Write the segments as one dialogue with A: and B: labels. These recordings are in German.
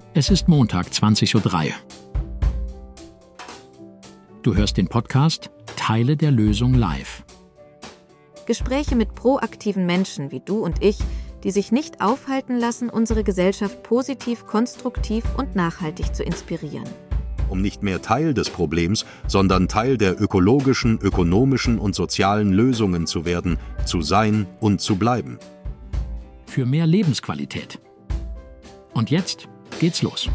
A: Es ist Montag, 20:03 Uhr. Du hörst den Podcast Teile der Lösung live.
B: Gespräche mit proaktiven Menschen wie du und ich, die sich nicht aufhalten lassen, unsere Gesellschaft positiv, konstruktiv und nachhaltig zu inspirieren.
C: Um nicht mehr Teil des Problems, sondern Teil der ökologischen, ökonomischen und sozialen Lösungen zu werden, zu sein und zu bleiben.
A: Für mehr Lebensqualität. Und jetzt geht's los.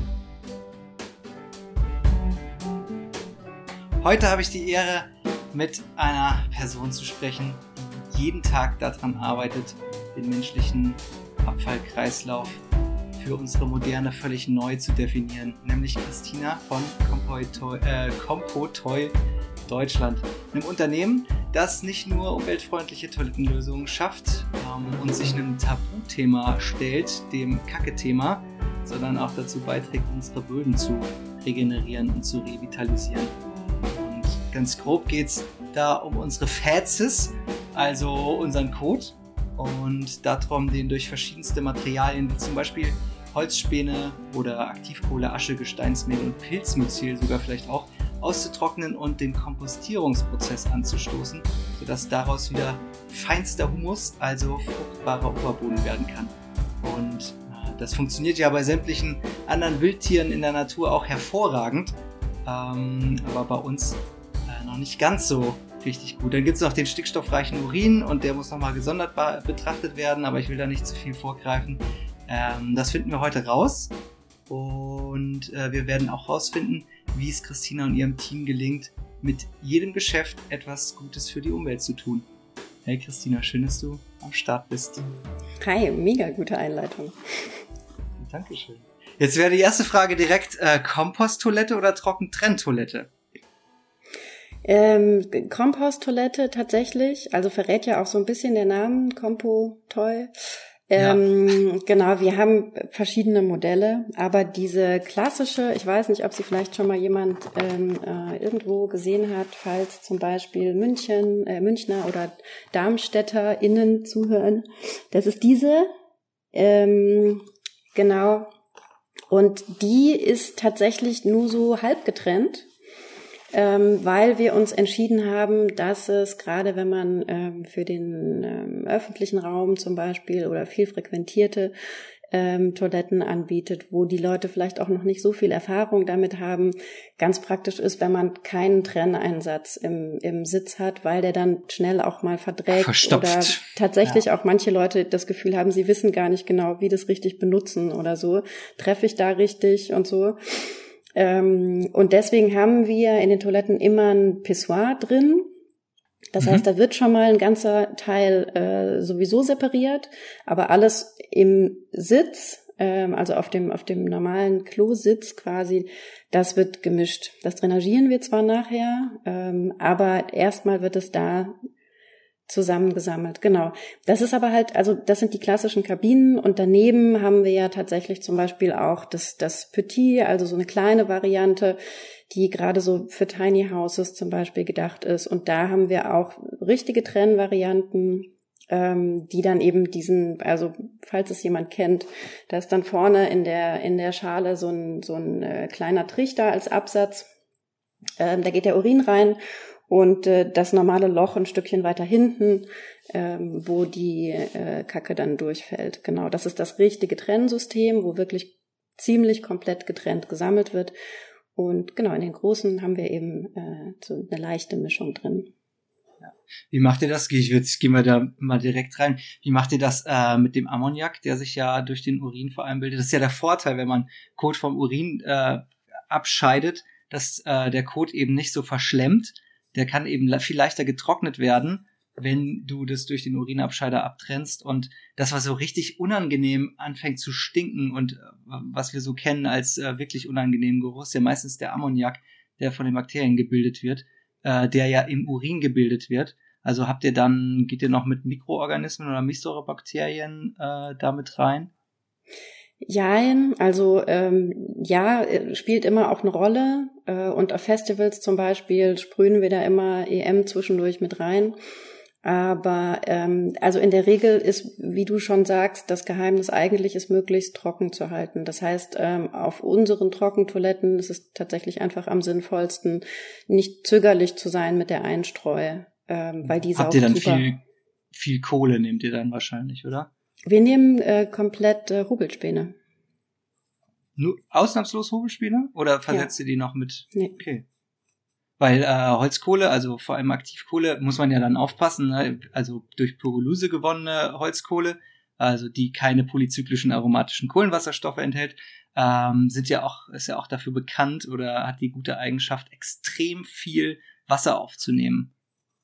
D: Heute habe ich die Ehre, mit einer Person zu sprechen, die jeden Tag daran arbeitet, den menschlichen Abfallkreislauf für unsere Moderne völlig neu zu definieren, nämlich Christina von Compotoy Deutschland, einem Unternehmen, das nicht nur umweltfreundliche Toilettenlösungen schafft und sich einem Tabuthema stellt, dem Kacke-Thema, sondern auch dazu beiträgt, unsere Böden zu regenerieren und zu revitalisieren. Und ganz grob geht es da um unsere Fäzes, also unseren Kot, und darum, den durch verschiedenste Materialien, wie zum Beispiel Holzspäne oder Aktivkohle, Asche, Gesteinsmehl und Pilzmyzel sogar vielleicht auch, auszutrocknen und den Kompostierungsprozess anzustoßen, sodass daraus wieder feinster Humus, also fruchtbarer Oberboden werden kann. Und das funktioniert ja bei sämtlichen anderen Wildtieren in der Natur auch hervorragend, aber bei uns noch nicht ganz so richtig gut. Dann gibt es noch den stickstoffreichen Urin und der muss nochmal gesondert betrachtet werden, aber ich will da nicht zu viel vorgreifen. Das finden wir heute raus und wir werden auch rausfinden, wie es Christina und ihrem Team gelingt, mit jedem Geschäft etwas Gutes für die Umwelt zu tun. Hey Christina, schön, dass du am Start bist.
E: Hi, mega gute Einleitung.
D: Dankeschön. Jetzt wäre die erste Frage direkt, Komposttoilette oder Trockentrenntoilette?
E: Komposttoilette tatsächlich, also verrät ja auch so ein bisschen der Name, Compotoy.
D: Ja.
E: Genau, wir haben verschiedene Modelle, aber diese klassische, ich weiß nicht, ob sie vielleicht schon mal jemand irgendwo gesehen hat, falls zum Beispiel Münchner oder DarmstädterInnen zuhören. Das ist diese, genau, und die ist tatsächlich nur so halb getrennt. Weil wir uns entschieden haben, dass es gerade wenn man für den öffentlichen Raum zum Beispiel oder viel frequentierte Toiletten anbietet, wo die Leute vielleicht auch noch nicht so viel Erfahrung damit haben, ganz praktisch ist, wenn man keinen Trenneinsatz im Sitz hat, weil der dann schnell auch mal verdreckt oder tatsächlich auch manche Leute das Gefühl haben, sie wissen gar nicht genau, wie das richtig benutzen oder so. Treffe ich da richtig und so. Und deswegen haben wir in den Toiletten immer ein Pissoir drin. Das heißt, da wird schon mal ein ganzer Teil sowieso separiert, aber alles im Sitz, also auf dem normalen Klositz quasi, das wird gemischt. Das drainagieren wir zwar nachher, aber erstmal wird es da zusammengesammelt, genau. Das ist aber halt, also das sind die klassischen Kabinen und daneben haben wir ja tatsächlich zum Beispiel auch das Petit, also so eine kleine Variante, die gerade so für Tiny Houses zum Beispiel gedacht ist. Und da haben wir auch richtige Trennvarianten, die dann eben also falls es jemand kennt, da ist dann vorne in der Schale so ein kleiner Trichter als Absatz, da geht der Urin rein. Und das normale Loch ein Stückchen weiter hinten, wo die Kacke dann durchfällt. Genau, das ist das richtige Trennsystem, wo wirklich ziemlich komplett getrennt gesammelt wird. Und genau, in den großen haben wir eben so eine leichte Mischung drin.
D: Ja. Wie macht ihr das? Gehen wir da mal direkt rein. Wie macht ihr das mit dem Ammoniak, der sich ja durch den Urin vor allem bildet? Das ist ja der Vorteil, wenn man Kot vom Urin abscheidet, dass der Kot eben nicht so verschlemmt. Der kann eben viel leichter getrocknet werden, wenn du das durch den Urinabscheider abtrennst. Und das, was so richtig unangenehm anfängt zu stinken und was wir so kennen als wirklich unangenehmen Geruch, ist ja meistens der Ammoniak, der von den Bakterien gebildet wird, der ja im Urin gebildet wird. Also geht ihr noch mit Mikroorganismen oder Milchsäurebakterien damit rein?
E: Jein, also spielt immer auch eine Rolle und auf Festivals zum Beispiel sprühen wir da immer EM zwischendurch mit rein. Aber also in der Regel ist, wie du schon sagst, das Geheimnis eigentlich ist, möglichst trocken zu halten. Das heißt, auf unseren Trockentoiletten ist es tatsächlich einfach am sinnvollsten, nicht zögerlich zu sein mit der Einstreu, weil die saugt super.
D: Habt ihr dann viel Kohle nehmt ihr dann wahrscheinlich, oder?
E: Wir nehmen komplett Hobelspäne.
D: Nur ausnahmslos Hobelspäne? Oder versetzt ihr die noch mit?
E: Nee.
D: Okay. Weil Holzkohle, also vor allem Aktivkohle, muss man ja dann aufpassen, ne? Also durch Pyrolyse gewonnene Holzkohle, also die keine polyzyklischen aromatischen Kohlenwasserstoffe enthält, ist ja auch dafür bekannt oder hat die gute Eigenschaft, extrem viel Wasser aufzunehmen.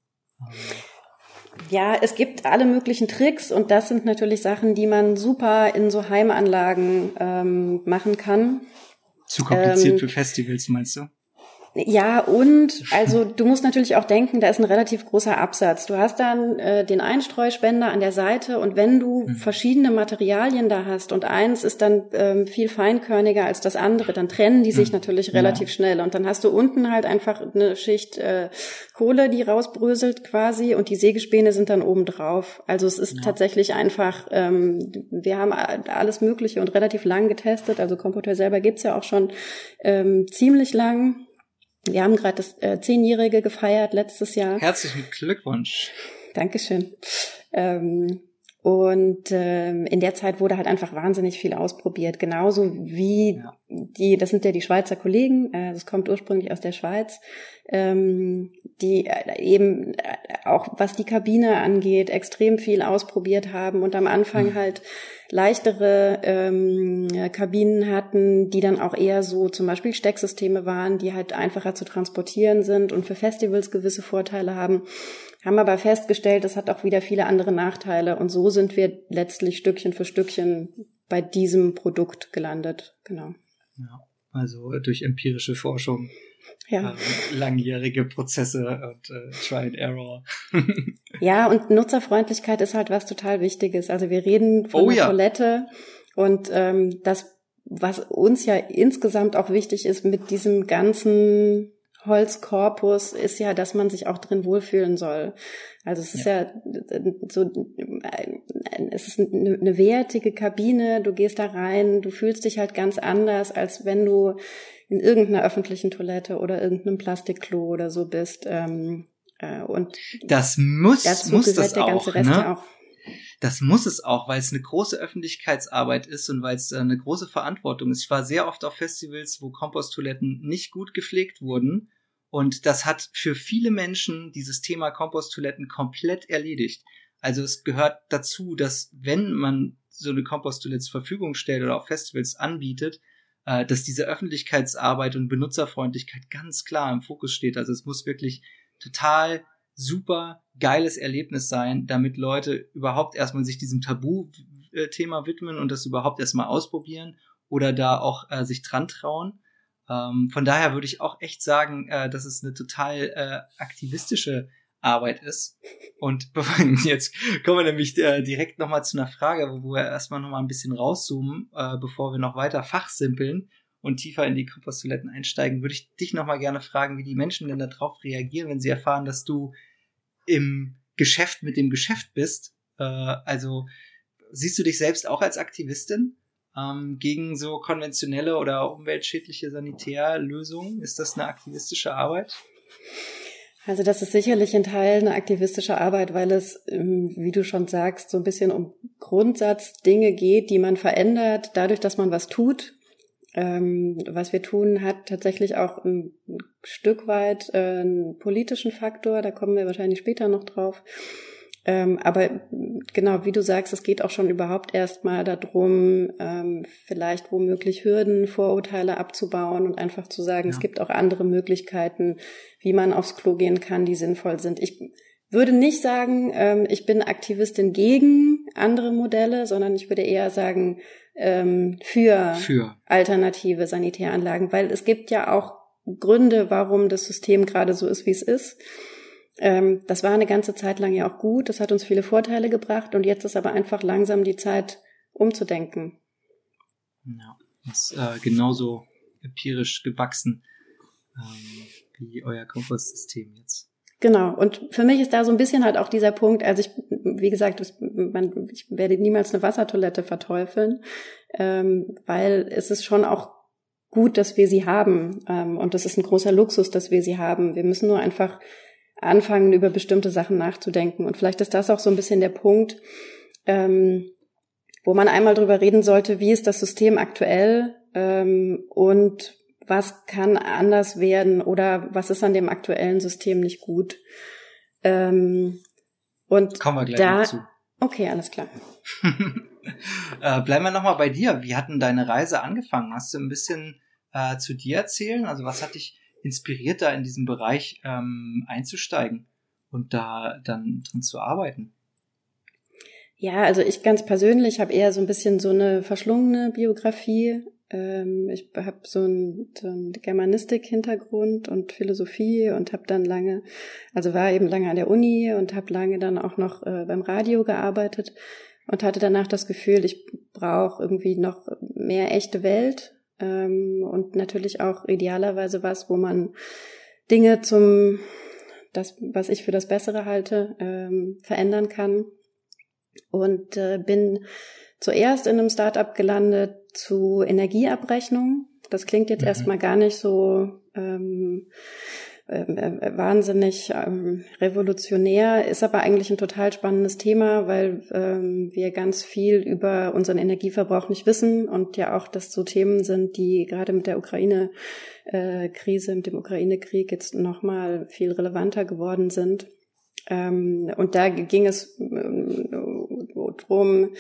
E: Ja, es gibt alle möglichen Tricks und das sind natürlich Sachen, die man super in so Heimanlagen machen kann.
D: Zu kompliziert für Festivals, meinst du?
E: Ja, und also du musst natürlich auch denken, da ist ein relativ großer Absatz. Du hast dann den Einstreuspender an der Seite und wenn du verschiedene Materialien da hast und eins ist dann viel feinkörniger als das andere, dann trennen die sich natürlich relativ schnell und dann hast du unten halt einfach eine Schicht Kohle, die rausbröselt quasi und die Sägespäne sind dann oben drauf. Also es ist tatsächlich einfach, wir haben alles Mögliche und relativ lang getestet, also Compoteur selber gibt's ja auch schon ziemlich lang. Wir haben gerade das 10-Jährige gefeiert letztes Jahr.
D: Herzlichen Glückwunsch.
E: Dankeschön. Und in der Zeit wurde halt einfach wahnsinnig viel ausprobiert. Genauso wie das sind ja die Schweizer Kollegen, das kommt ursprünglich aus der Schweiz, die eben auch was die Kabine angeht, extrem viel ausprobiert haben und am Anfang halt leichtere Kabinen hatten, die dann auch eher so zum Beispiel Stecksysteme waren, die halt einfacher zu transportieren sind und für Festivals gewisse Vorteile haben aber festgestellt, es hat auch wieder viele andere Nachteile und so sind wir letztlich Stückchen für Stückchen bei diesem Produkt gelandet, genau.
D: Ja, also durch empirische Forschung.
E: Ja.
D: Langjährige Prozesse und Try and Error.
E: Ja, und Nutzerfreundlichkeit ist halt was total Wichtiges. Also wir reden von der Toilette und das, was uns ja insgesamt auch wichtig ist mit diesem ganzen Holzkorpus, ist ja, dass man sich auch drin wohlfühlen soll. Also es ist ja so, es ist eine wertige Kabine, du gehst da rein, du fühlst dich halt ganz anders, als wenn du in irgendeiner öffentlichen Toilette oder irgendeinem Plastikklo oder so bist. Und
D: das muss das
E: der ganze
D: auch,
E: Rest
D: ne?
E: ja auch.
D: Das muss es auch, weil es eine große Öffentlichkeitsarbeit ist und weil es eine große Verantwortung ist. Ich war sehr oft auf Festivals, wo Komposttoiletten nicht gut gepflegt wurden und das hat für viele Menschen dieses Thema Komposttoiletten komplett erledigt. Also es gehört dazu, dass wenn man so eine Komposttoilette zur Verfügung stellt oder auf Festivals anbietet, dass diese Öffentlichkeitsarbeit und Benutzerfreundlichkeit ganz klar im Fokus steht. Also es muss wirklich total super geiles Erlebnis sein, damit Leute überhaupt erstmal sich diesem Tabu-Thema widmen und das überhaupt erstmal ausprobieren oder da auch sich dran trauen. Von daher würde ich auch echt sagen, dass es eine total aktivistische Arbeit ist. Und jetzt kommen wir nämlich direkt nochmal zu einer Frage, wo wir erstmal nochmal ein bisschen rauszoomen, bevor wir noch weiter fachsimpeln und tiefer in die Komposttoiletten einsteigen, würde ich dich nochmal gerne fragen, wie die Menschen denn darauf reagieren, wenn sie erfahren, dass du im Geschäft mit dem Geschäft bist. Also siehst du dich selbst auch als Aktivistin gegen so konventionelle oder umweltschädliche Sanitärlösungen? Ist das eine aktivistische Arbeit?
E: Also das ist sicherlich ein Teil einer aktivistischen Arbeit, weil es, wie du schon sagst, so ein bisschen um Grundsatzdinge geht, die man verändert, dadurch, dass man was tut. Was wir tun, hat tatsächlich auch ein Stück weit einen politischen Faktor, da kommen wir wahrscheinlich später noch drauf. Aber genau, wie du sagst, es geht auch schon überhaupt erstmal darum, vielleicht womöglich Hürden, Vorurteile abzubauen und einfach zu sagen, es gibt auch andere Möglichkeiten, wie man aufs Klo gehen kann, die sinnvoll sind. Ich würde nicht sagen, ich bin Aktivistin gegen andere Modelle, sondern ich würde eher sagen, für alternative Sanitäranlagen, weil es gibt ja auch Gründe, warum das System gerade so ist, wie es ist. Das war eine ganze Zeit lang ja auch gut, das hat uns viele Vorteile gebracht und jetzt ist aber einfach langsam die Zeit, umzudenken.
D: Ja, das ist genauso empirisch gewachsen wie euer Kompostsystem jetzt.
E: Genau. Und für mich ist da so ein bisschen halt auch dieser Punkt, also wie gesagt, ich werde niemals eine Wassertoilette verteufeln, weil es ist schon auch gut, dass wir sie haben. Und das ist ein großer Luxus, dass wir sie haben. Wir müssen nur einfach anfangen, über bestimmte Sachen nachzudenken. Und vielleicht ist das auch so ein bisschen der Punkt, wo man einmal drüber reden sollte, wie ist das System aktuell und was kann anders werden oder was ist an dem aktuellen System nicht gut. Und
D: kommen wir gleich dazu.
E: Okay, alles klar.
D: Bleiben wir nochmal bei dir. Wie hat denn deine Reise angefangen? Hast du ein bisschen zu dir erzählen? Also was hat dich inspiriert, da in diesem Bereich einzusteigen und da dann drin zu arbeiten?
E: Ja, also ich ganz persönlich habe eher so ein bisschen so eine verschlungene Biografie. Ich habe so einen Germanistik-Hintergrund und Philosophie und habe dann war eben lange an der Uni und habe lange dann auch noch beim Radio gearbeitet und hatte danach das Gefühl, ich brauche irgendwie noch mehr echte Welt und natürlich auch idealerweise was, wo man Dinge das, was ich für das Bessere halte, verändern kann. Und bin zuerst in einem Startup gelandet zu Energieabrechnung. Das klingt jetzt erstmal gar nicht so wahnsinnig revolutionär, ist aber eigentlich ein total spannendes Thema, weil wir ganz viel über unseren Energieverbrauch nicht wissen und ja auch, dass so Themen sind, die gerade mit der Ukraine-Krise, mit dem Ukraine-Krieg jetzt nochmal viel relevanter geworden sind. Und da ging es drum,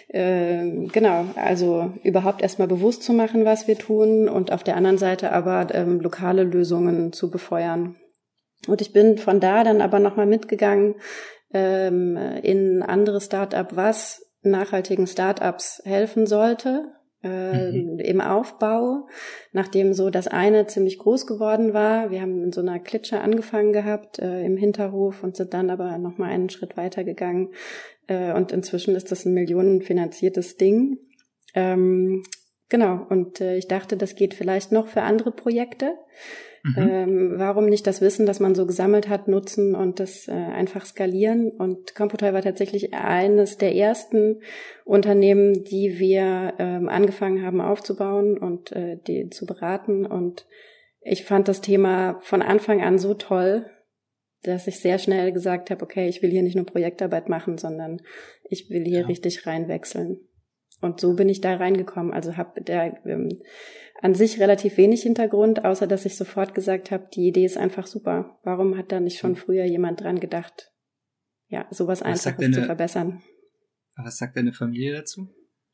E: also überhaupt erstmal bewusst zu machen, was wir tun und auf der anderen Seite aber lokale Lösungen zu befeuern. Und ich bin von da dann aber nochmal mitgegangen in ein anderes Start-up, was nachhaltigen Start-ups helfen sollte. Im Aufbau, nachdem so das eine ziemlich groß geworden war. Wir haben in so einer Klitsche angefangen gehabt im Hinterhof und sind dann aber noch mal einen Schritt weiter gegangen. Und inzwischen ist das ein millionenfinanziertes Ding. Genau, und ich dachte, das geht vielleicht noch für andere Projekte. Warum nicht das Wissen, das man so gesammelt hat, nutzen und das einfach skalieren? Und Computoy war tatsächlich eines der ersten Unternehmen, die wir angefangen haben aufzubauen und die zu beraten. Und ich fand das Thema von Anfang an so toll, dass ich sehr schnell gesagt habe, okay, ich will hier nicht nur Projektarbeit machen, sondern ich will hier richtig reinwechseln. Und so bin ich da reingekommen. Also habe an sich relativ wenig Hintergrund, außer dass ich sofort gesagt habe, die Idee ist einfach super. Warum hat da nicht schon früher jemand dran gedacht, ja, sowas Einfaches zu verbessern?
D: Was sagt deine Familie dazu?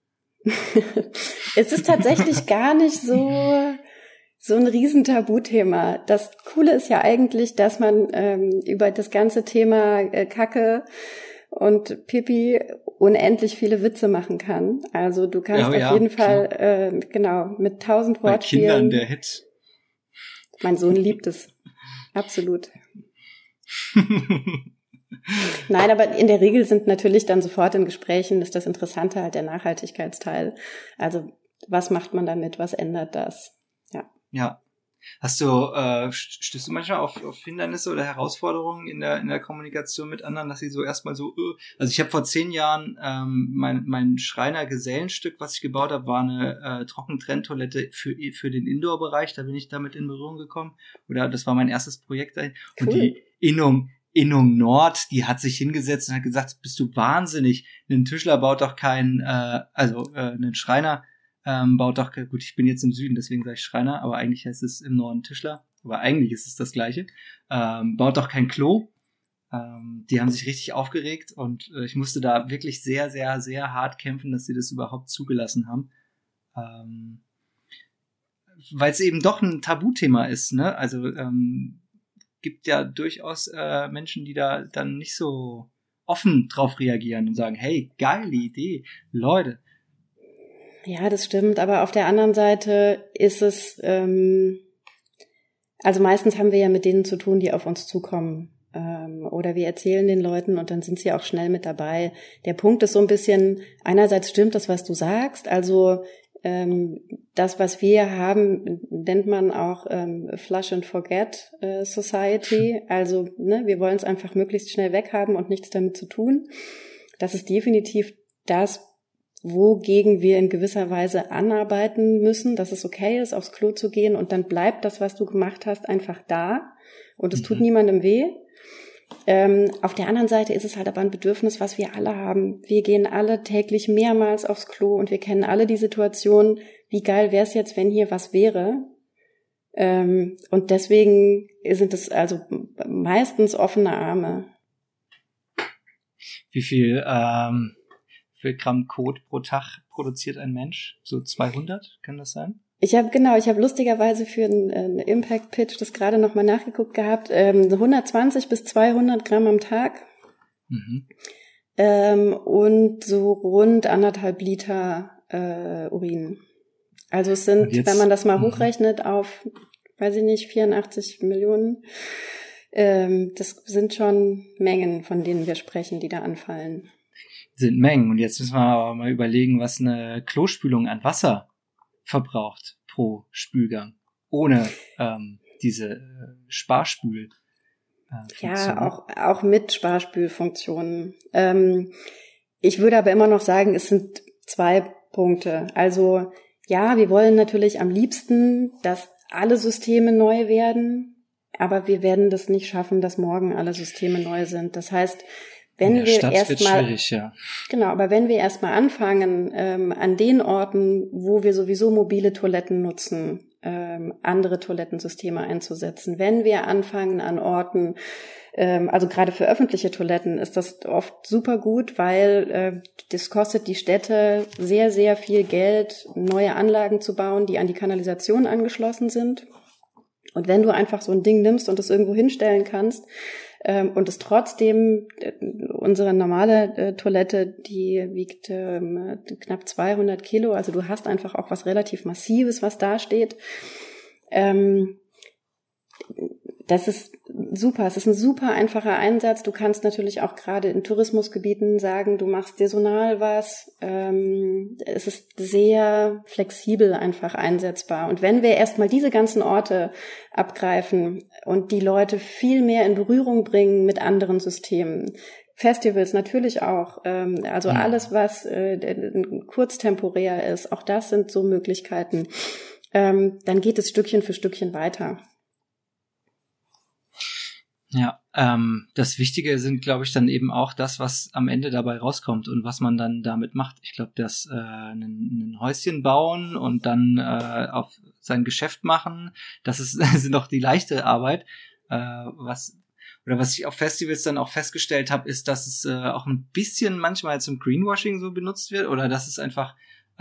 E: Es ist tatsächlich gar nicht so ein Riesentabuthema. Das Coole ist ja eigentlich, dass man über das ganze Thema Kacke und Pipi unendlich viele Witze machen kann. Also du kannst auf jeden Fall, mit 1000 Wortspielen.
D: Bei Kindern der Hit.
E: Mein Sohn liebt es. Absolut. Nein, aber in der Regel sind natürlich dann sofort in Gesprächen, ist das Interessante halt der Nachhaltigkeitsteil. Also was macht man damit? Was ändert das? Ja.
D: Ja. Stößt du manchmal auf Hindernisse oder Herausforderungen in der Kommunikation mit anderen, dass sie so erstmal so, also ich habe vor 10 Jahren mein Schreiner-Gesellenstück, was ich gebaut habe, war eine Trockentrenntoilette für den Indoor-Bereich, da bin ich damit in Berührung gekommen, oder das war mein erstes Projekt dahin. Cool. Und die Innung Nord, die hat sich hingesetzt und hat gesagt, bist du wahnsinnig, ein Tischler baut doch ein Schreiner baut doch, gut, ich bin jetzt im Süden, deswegen sage ich Schreiner, aber eigentlich heißt es im Norden Tischler, aber eigentlich ist es das Gleiche, baut doch kein Klo. Die haben sich richtig aufgeregt und ich musste da wirklich sehr, sehr, sehr hart kämpfen, dass sie das überhaupt zugelassen haben. Weil es eben doch ein Tabuthema ist, ne? Also gibt ja durchaus Menschen, die da dann nicht so offen drauf reagieren und sagen, hey, geile Idee, Leute.
E: Ja, das stimmt, aber auf der anderen Seite ist es, also meistens haben wir ja mit denen zu tun, die auf uns zukommen, oder wir erzählen den Leuten und dann sind sie auch schnell mit dabei. Der Punkt ist so ein bisschen, einerseits stimmt das, was du sagst, also Das, was wir haben, nennt man auch Flush and Forget Society. Also wir wollen es einfach möglichst schnell weghaben und nichts damit zu tun. Das ist definitiv das, wogegen wir in gewisser Weise anarbeiten müssen, dass es okay ist, aufs Klo zu gehen und dann bleibt das, was du gemacht hast, einfach da und es tut niemandem weh. Auf der anderen Seite ist es halt aber ein Bedürfnis, was wir alle haben. Wir gehen alle täglich mehrmals aufs Klo und wir kennen alle die Situation, wie geil wäre es jetzt, wenn hier was wäre. Und deswegen sind es also meistens offene Arme.
D: Wie viel Gramm Kot pro Tag produziert ein Mensch? So 200, kann das sein?
E: Ich habe lustigerweise für einen Impact-Pitch das gerade nochmal nachgeguckt gehabt, 120 bis 200 Gramm am Tag und so rund 1,5 Liter Urin. Also es sind, wenn man das mal hochrechnet auf, weiß ich nicht, 84 Millionen, das sind schon Mengen, von denen wir sprechen, die da anfallen.
D: Sind Mengen. Und jetzt müssen wir aber mal überlegen, was eine Klospülung an Wasser verbraucht pro Spülgang, ohne diese Sparspül.
E: Ja, auch mit Sparspülfunktionen. Ich würde aber immer noch sagen, es sind 2 Punkte. Also ja, wir wollen natürlich am liebsten, dass alle Systeme neu werden, aber wir werden das nicht schaffen, dass morgen alle Systeme neu sind. Das heißt, wenn wir erstmal, ja. Genau, aber wenn wir erstmal anfangen, an den Orten, wo wir sowieso mobile Toiletten nutzen, andere Toilettensysteme einzusetzen, wenn wir anfangen an Orten, also gerade für öffentliche Toiletten ist das oft super gut, weil das kostet die Städte sehr, sehr viel Geld, neue Anlagen zu bauen, die an die Kanalisation angeschlossen sind. Und wenn du einfach so ein Ding nimmst und es irgendwo hinstellen kannst, und es trotzdem, unsere normale Toilette, die wiegt knapp 200 Kilo, also du hast einfach auch was relativ Massives, was da steht. Das ist super, es ist ein super einfacher Einsatz. Du kannst natürlich auch gerade in Tourismusgebieten sagen, du machst saisonal was. Es ist sehr flexibel einfach einsetzbar. Und wenn wir erstmal diese ganzen Orte abgreifen und die Leute viel mehr in Berührung bringen mit anderen Systemen, Festivals natürlich auch, also alles, was kurztemporär ist, auch das sind so Möglichkeiten, dann geht es Stückchen für Stückchen weiter.
D: Ja, das Wichtige sind, glaube ich, dann eben auch das, was am Ende dabei rauskommt und was man dann damit macht. Ich glaube, dass ein Häuschen bauen und dann auf sein Geschäft machen, das ist noch die leichte Arbeit. Was ich auf Festivals dann auch festgestellt habe, ist, dass es auch ein bisschen manchmal zum Greenwashing so benutzt wird oder dass es einfach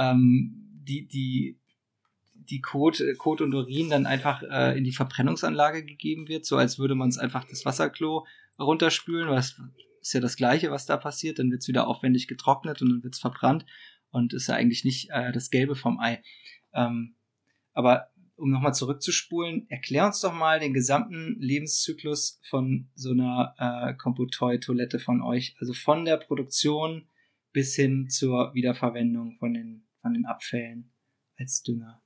D: die Kot und Urin dann einfach in die Verbrennungsanlage gegeben wird, so als würde man es einfach das Wasserklo runterspülen, was ist ja das Gleiche, was da passiert, dann wird es wieder aufwendig getrocknet und dann wird es verbrannt und ist ja eigentlich nicht das Gelbe vom Ei. Aber um nochmal zurückzuspulen, erklär uns doch mal den gesamten Lebenszyklus von so einer Computoi-Toilette von euch, also von der Produktion bis hin zur Wiederverwendung von den Abfällen als Dünger.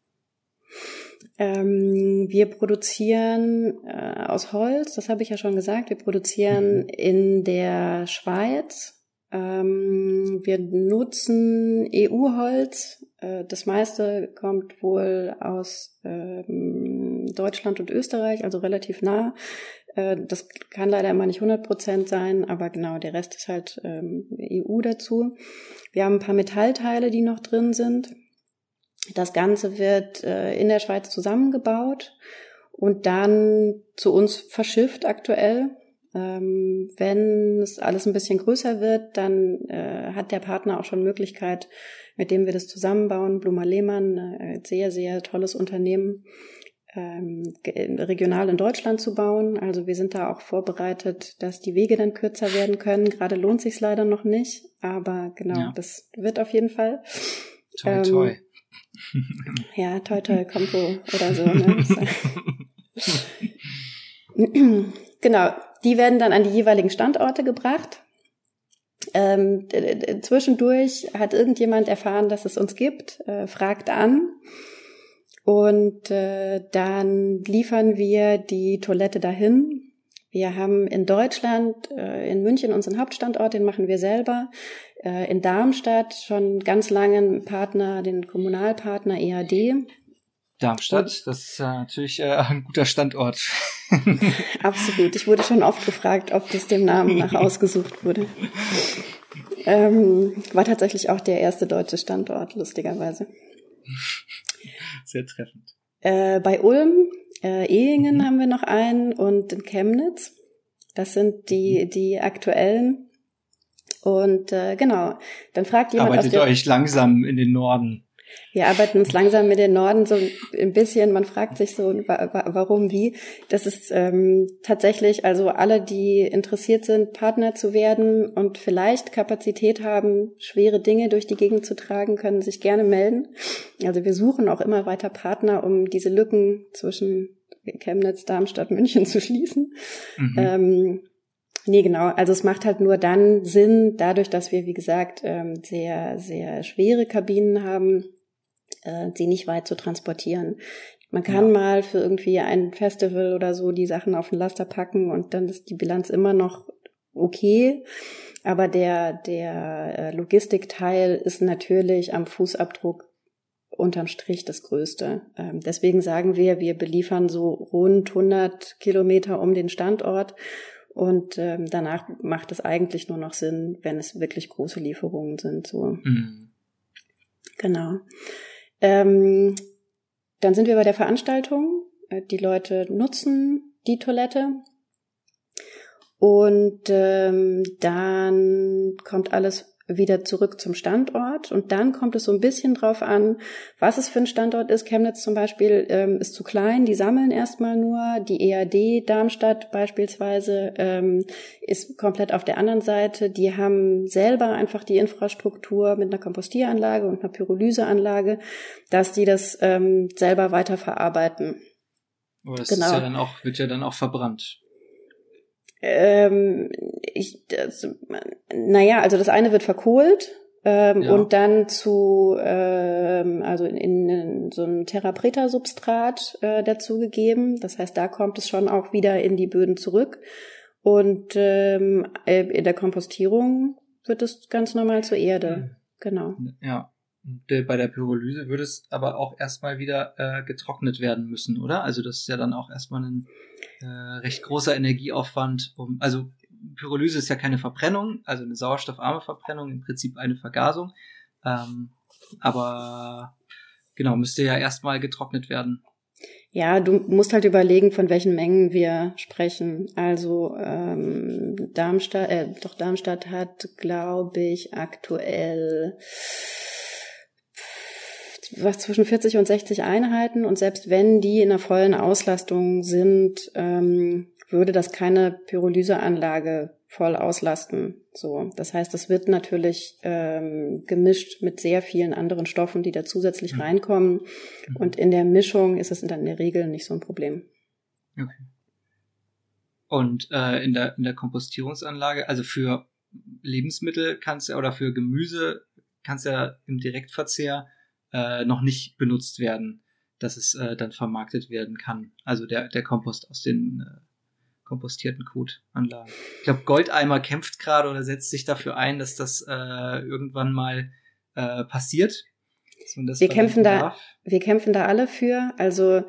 E: Wir produzieren aus Holz, das habe ich ja schon gesagt, wir produzieren in der Schweiz. Wir nutzen EU-Holz. Das meiste kommt wohl aus Deutschland und Österreich, also relativ nah. Das kann leider immer nicht 100% sein, aber genau, der Rest ist halt EU dazu. Wir haben ein paar Metallteile, die noch drin sind. Das Ganze wird in der Schweiz zusammengebaut und dann zu uns verschifft aktuell. Wenn es alles ein bisschen größer wird, dann hat der Partner auch schon Möglichkeit, mit dem wir das zusammenbauen. Bluma Lehmann, ein sehr, sehr tolles Unternehmen, regional in Deutschland zu bauen. Also wir sind da auch vorbereitet, dass die Wege dann kürzer werden können. Gerade lohnt sich's leider noch nicht, aber genau, ja. Das wird auf jeden Fall.
D: Toi, toi.
E: Ja, toi, toi, Kompo oder so. Ne? Genau, die werden dann an die jeweiligen Standorte gebracht. Zwischendurch hat irgendjemand erfahren, dass es uns gibt, fragt an und dann liefern wir die Toilette dahin. Wir haben in Deutschland, in München unseren Hauptstandort, den machen wir selber. In Darmstadt schon ganz lange einen Partner, den Kommunalpartner EAD.
D: Darmstadt, das ist ja natürlich ein guter Standort.
E: Absolut. Ich wurde schon oft gefragt, ob das dem Namen nach ausgesucht wurde. War tatsächlich auch der erste deutsche Standort, lustigerweise.
D: Sehr treffend.
E: Bei Ulm, Ehingen haben wir noch einen und in Chemnitz. Das sind die aktuellen. Und genau, dann fragt jemand
D: Arbeitet ihr euch langsam in den Norden?
E: Wir arbeiten uns langsam mit den Norden so ein bisschen. Man fragt sich so, warum, wie. Das ist tatsächlich, also alle, die interessiert sind, Partner zu werden und vielleicht Kapazität haben, schwere Dinge durch die Gegend zu tragen, können sich gerne melden. Also wir suchen auch immer weiter Partner, um diese Lücken zwischen Chemnitz, Darmstadt, München zu schließen. Nee, genau. Also es macht halt nur dann Sinn, dadurch, dass wir, wie gesagt, sehr, sehr schwere Kabinen haben, sie nicht weit zu transportieren. Man kann mal für irgendwie ein Festival oder so die Sachen auf den Laster packen und dann ist die Bilanz immer noch okay. Aber der Logistikteil ist natürlich am Fußabdruck unterm Strich das Größte. Deswegen sagen wir beliefern so rund 100 Kilometer um den Standort. Und danach macht es eigentlich nur noch Sinn, wenn es wirklich große Lieferungen sind. So. Genau. Dann sind wir bei der Veranstaltung. Die Leute nutzen die Toilette. Und dann kommt alles wieder zurück zum Standort und dann kommt es so ein bisschen drauf an, was es für ein Standort ist. Chemnitz zum Beispiel ist zu klein, die sammeln erstmal nur. Die EAD Darmstadt beispielsweise ist komplett auf der anderen Seite. Die haben selber einfach die Infrastruktur mit einer Kompostieranlage und einer Pyrolyseanlage, dass die das selber weiterverarbeiten.
D: Aber das ist ja dann auch, wird ja dann auch verbrannt.
E: Also das eine wird verkohlt und dann zu also in so ein Terra-Preta-Substrat dazugegeben. Das heißt, da kommt es schon auch wieder in die Böden zurück. Und in der Kompostierung wird es ganz normal zur Erde. Genau.
D: Ja. Und bei der Pyrolyse würde es aber auch erstmal wieder getrocknet werden müssen, oder? Also das ist ja dann auch erstmal ein recht großer Energieaufwand. Also Pyrolyse ist ja keine Verbrennung, also eine sauerstoffarme Verbrennung, im Prinzip eine Vergasung. Aber genau, müsste ja erstmal getrocknet werden.
E: Ja, du musst halt überlegen, von welchen Mengen wir sprechen. Also Darmstadt hat, glaube ich, aktuell was zwischen 40 und 60 Einheiten und selbst wenn die in einer vollen Auslastung sind, würde das keine Pyrolyseanlage voll auslasten. So, das heißt, es wird natürlich gemischt mit sehr vielen anderen Stoffen, die da zusätzlich reinkommen und in der Mischung ist es dann in der Regel nicht so ein Problem.
D: Okay. Und in der Kompostierungsanlage, also für Lebensmittel kannst du oder für Gemüse kannst ja im Direktverzehr noch nicht benutzt werden, dass es dann vermarktet werden kann. Also der Kompost aus den kompostierten Kotanlagen. Ich glaube, Goldeimer kämpft gerade oder setzt sich dafür ein, dass das irgendwann mal passiert. Dass man das
E: wir kämpfen da alle für. Also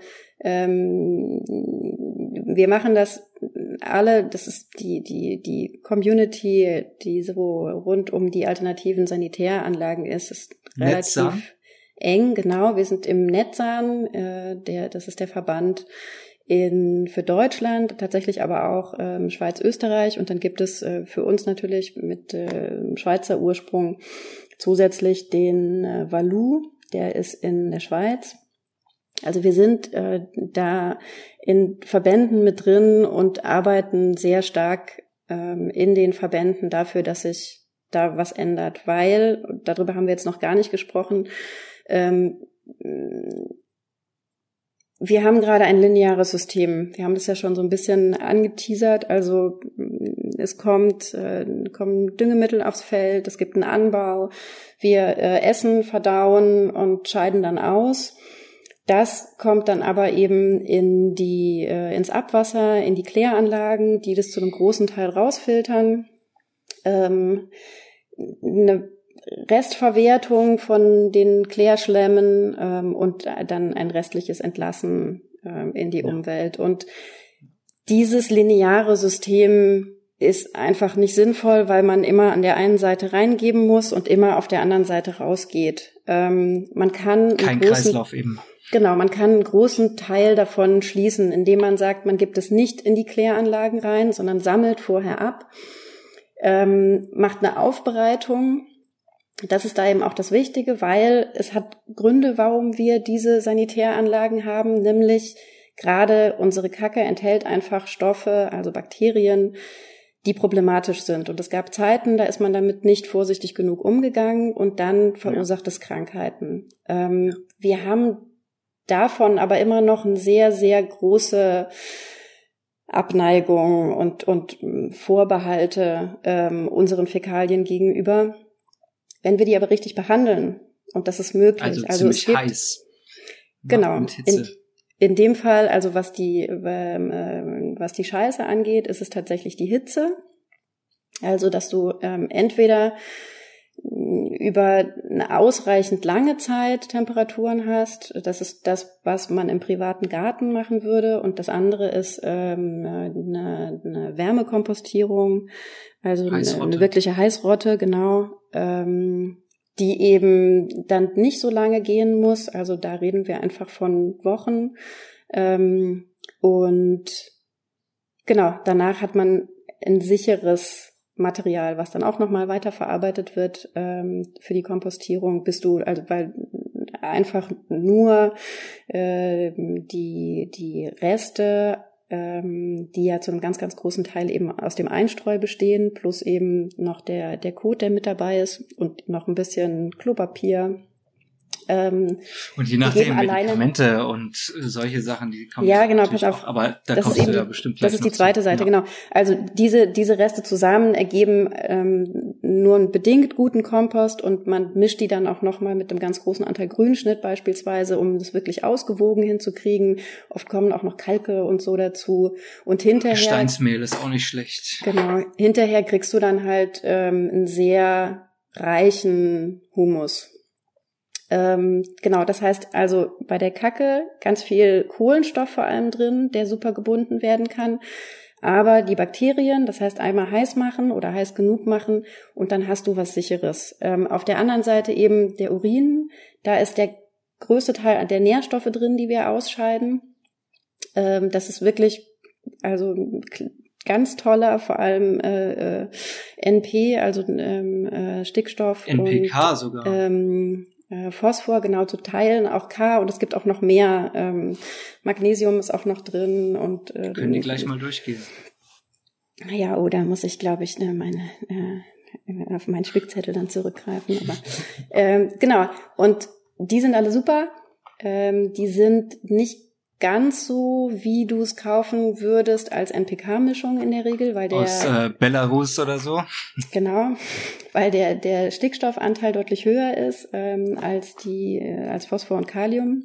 E: wir machen das alle, das ist die Community, die so rund um die alternativen Sanitäranlagen ist relativ eng, genau. Wir sind im Netzan, das ist der Verband für Deutschland, tatsächlich aber auch Schweiz, Österreich und dann gibt es für uns natürlich mit Schweizer Ursprung zusätzlich den Valou, der ist in der Schweiz. Also wir sind da in Verbänden mit drin und arbeiten sehr stark in den Verbänden dafür, dass sich da was ändert, weil, darüber haben wir jetzt noch gar nicht gesprochen, wir haben gerade ein lineares System. Wir haben das ja schon so ein bisschen angeteasert. Also es kommen Düngemittel aufs Feld, es gibt einen Anbau, wir essen, verdauen und scheiden dann aus. Das kommt dann aber eben ins Abwasser, in die Kläranlagen, die das zu einem großen Teil rausfiltern. Eine Restverwertung von den Klärschlemmen und dann ein restliches Entlassen in die Umwelt. Und dieses lineare System ist einfach nicht sinnvoll, weil man immer an der einen Seite reingeben muss und immer auf der anderen Seite rausgeht. Man kann
D: kein Kreislauf eben.
E: Genau, man kann einen großen Teil davon schließen, indem man sagt, man gibt es nicht in die Kläranlagen rein, sondern sammelt vorher ab, macht eine Aufbereitung. Das ist da eben auch das Wichtige, weil es hat Gründe, warum wir diese Sanitäranlagen haben, nämlich gerade unsere Kacke enthält einfach Stoffe, also Bakterien, die problematisch sind. Und es gab Zeiten, da ist man damit nicht vorsichtig genug umgegangen und dann verursacht es Krankheiten. Wir haben davon aber immer noch eine sehr, sehr große Abneigung und Vorbehalte unseren Fäkalien gegenüber. Wenn wir die aber richtig behandeln, und das ist möglich.
D: Also ziemlich heiß.
E: Genau. In dem Fall, also was die Scheiße angeht, ist es tatsächlich die Hitze. Also, dass du entweder über eine ausreichend lange Zeit Temperaturen hast. Das ist das, was man im privaten Garten machen würde. Und das andere ist eine Wärmekompostierung, also eine wirkliche Heißrotte, genau, die eben dann nicht so lange gehen muss. Also da reden wir einfach von Wochen. Und genau, danach hat man ein sicheres Material, was dann auch nochmal weiterverarbeitet wird für die Kompostierung, weil einfach nur die Reste, die ja zu einem ganz, ganz großen Teil eben aus dem Einstreu bestehen, plus eben noch der Kot, der mit dabei ist und noch ein bisschen Klopapier.
D: Und je nachdem Medikamente und solche Sachen, die kommen.
E: Ja, genau, pass auf.
D: Auch, aber da kommst du ja bestimmt gleich.
E: Das ist die zweite Seite, genau. Also diese Reste zusammen ergeben nur einen bedingt guten Kompost und man mischt die dann auch nochmal mit einem ganz großen Anteil Grünschnitt beispielsweise, um das wirklich ausgewogen hinzukriegen. Oft kommen auch noch Kalke und so dazu. Und hinterher.
D: Gesteinsmehl ist auch nicht schlecht.
E: Genau. Hinterher kriegst du dann halt einen sehr reichen Humus. Genau, das heißt also bei der Kacke ganz viel Kohlenstoff vor allem drin, der super gebunden werden kann. Aber die Bakterien, das heißt einmal heiß machen oder heiß genug machen und dann hast du was Sicheres. Auf der anderen Seite eben der Urin, da ist der größte Teil der Nährstoffe drin, die wir ausscheiden. Das ist wirklich, also ganz toller, vor allem NP, also Stickstoff.
D: NPK
E: und,
D: sogar.
E: Phosphor, genau, zu teilen, auch K, und es gibt auch noch mehr. Magnesium ist auch noch drin. Und
D: können die gleich mal durchgehen?
E: Ja, oder muss ich, glaube ich, auf meinen Spickzettel dann zurückgreifen. Aber genau, und die sind alle super. Die sind nicht ganz so, wie du es kaufen würdest als NPK-Mischung in der Regel, weil der
D: aus Belarus oder so.
E: Genau, weil der Stickstoffanteil deutlich höher ist als Phosphor und Kalium.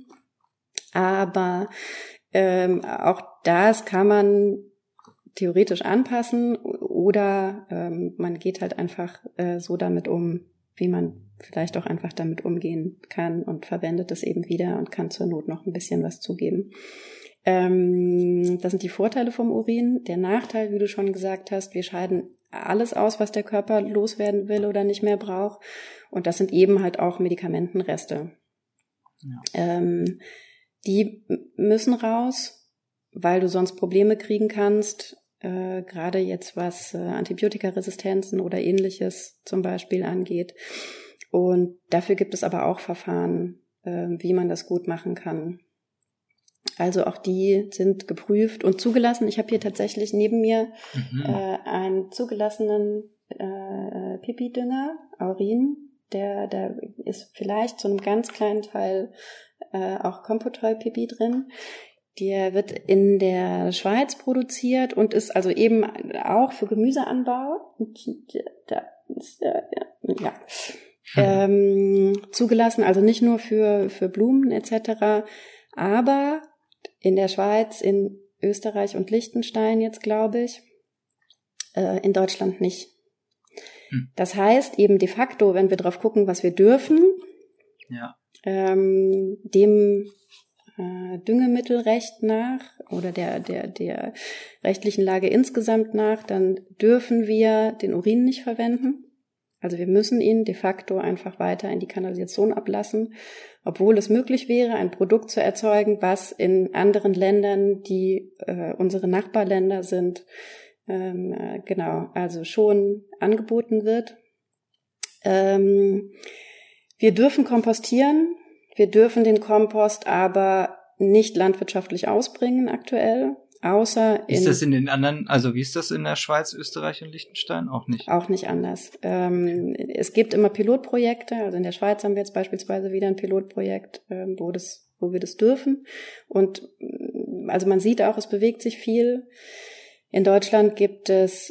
E: Aber auch das kann man theoretisch anpassen oder man geht halt einfach so damit um, wie man vielleicht auch einfach damit umgehen kann und verwendet es eben wieder und kann zur Not noch ein bisschen was zugeben. Das sind die Vorteile vom Urin. Der Nachteil, wie du schon gesagt hast, wir scheiden alles aus, was der Körper loswerden will oder nicht mehr braucht. Und das sind eben halt auch Medikamentenreste. Ja. Die müssen raus, weil du sonst Probleme kriegen kannst, gerade jetzt was Antibiotikaresistenzen oder Ähnliches zum Beispiel angeht. Und dafür gibt es aber auch Verfahren, wie man das gut machen kann. Also auch die sind geprüft und zugelassen. Ich habe hier tatsächlich neben mir einen zugelassenen Pipi-Dünger, Aurin. Der ist vielleicht zu einem ganz kleinen Teil auch Compotol-Pipi drin. Der wird in der Schweiz produziert und ist also eben auch für Gemüseanbau zugelassen, also nicht nur für Blumen etc., aber in der Schweiz, in Österreich und Liechtenstein jetzt, glaube ich, in Deutschland nicht. Das heißt eben de facto, wenn wir drauf gucken, was wir dürfen, dem Düngemittelrecht nach oder der rechtlichen Lage insgesamt nach, dann dürfen wir den Urin nicht verwenden. Also wir müssen ihn de facto einfach weiter in die Kanalisation ablassen, obwohl es möglich wäre, ein Produkt zu erzeugen, was in anderen Ländern, die unsere Nachbarländer sind, also schon angeboten wird. Wir dürfen kompostieren. Wir dürfen den Kompost aber nicht landwirtschaftlich ausbringen aktuell, außer
D: Ist das in den anderen, also wie ist das in der Schweiz, Österreich und Liechtenstein? Auch nicht?
E: Auch nicht anders. Es gibt immer Pilotprojekte, also in der Schweiz haben wir jetzt beispielsweise wieder ein Pilotprojekt, wo wir das dürfen. Und also man sieht auch, es bewegt sich viel. In Deutschland gibt es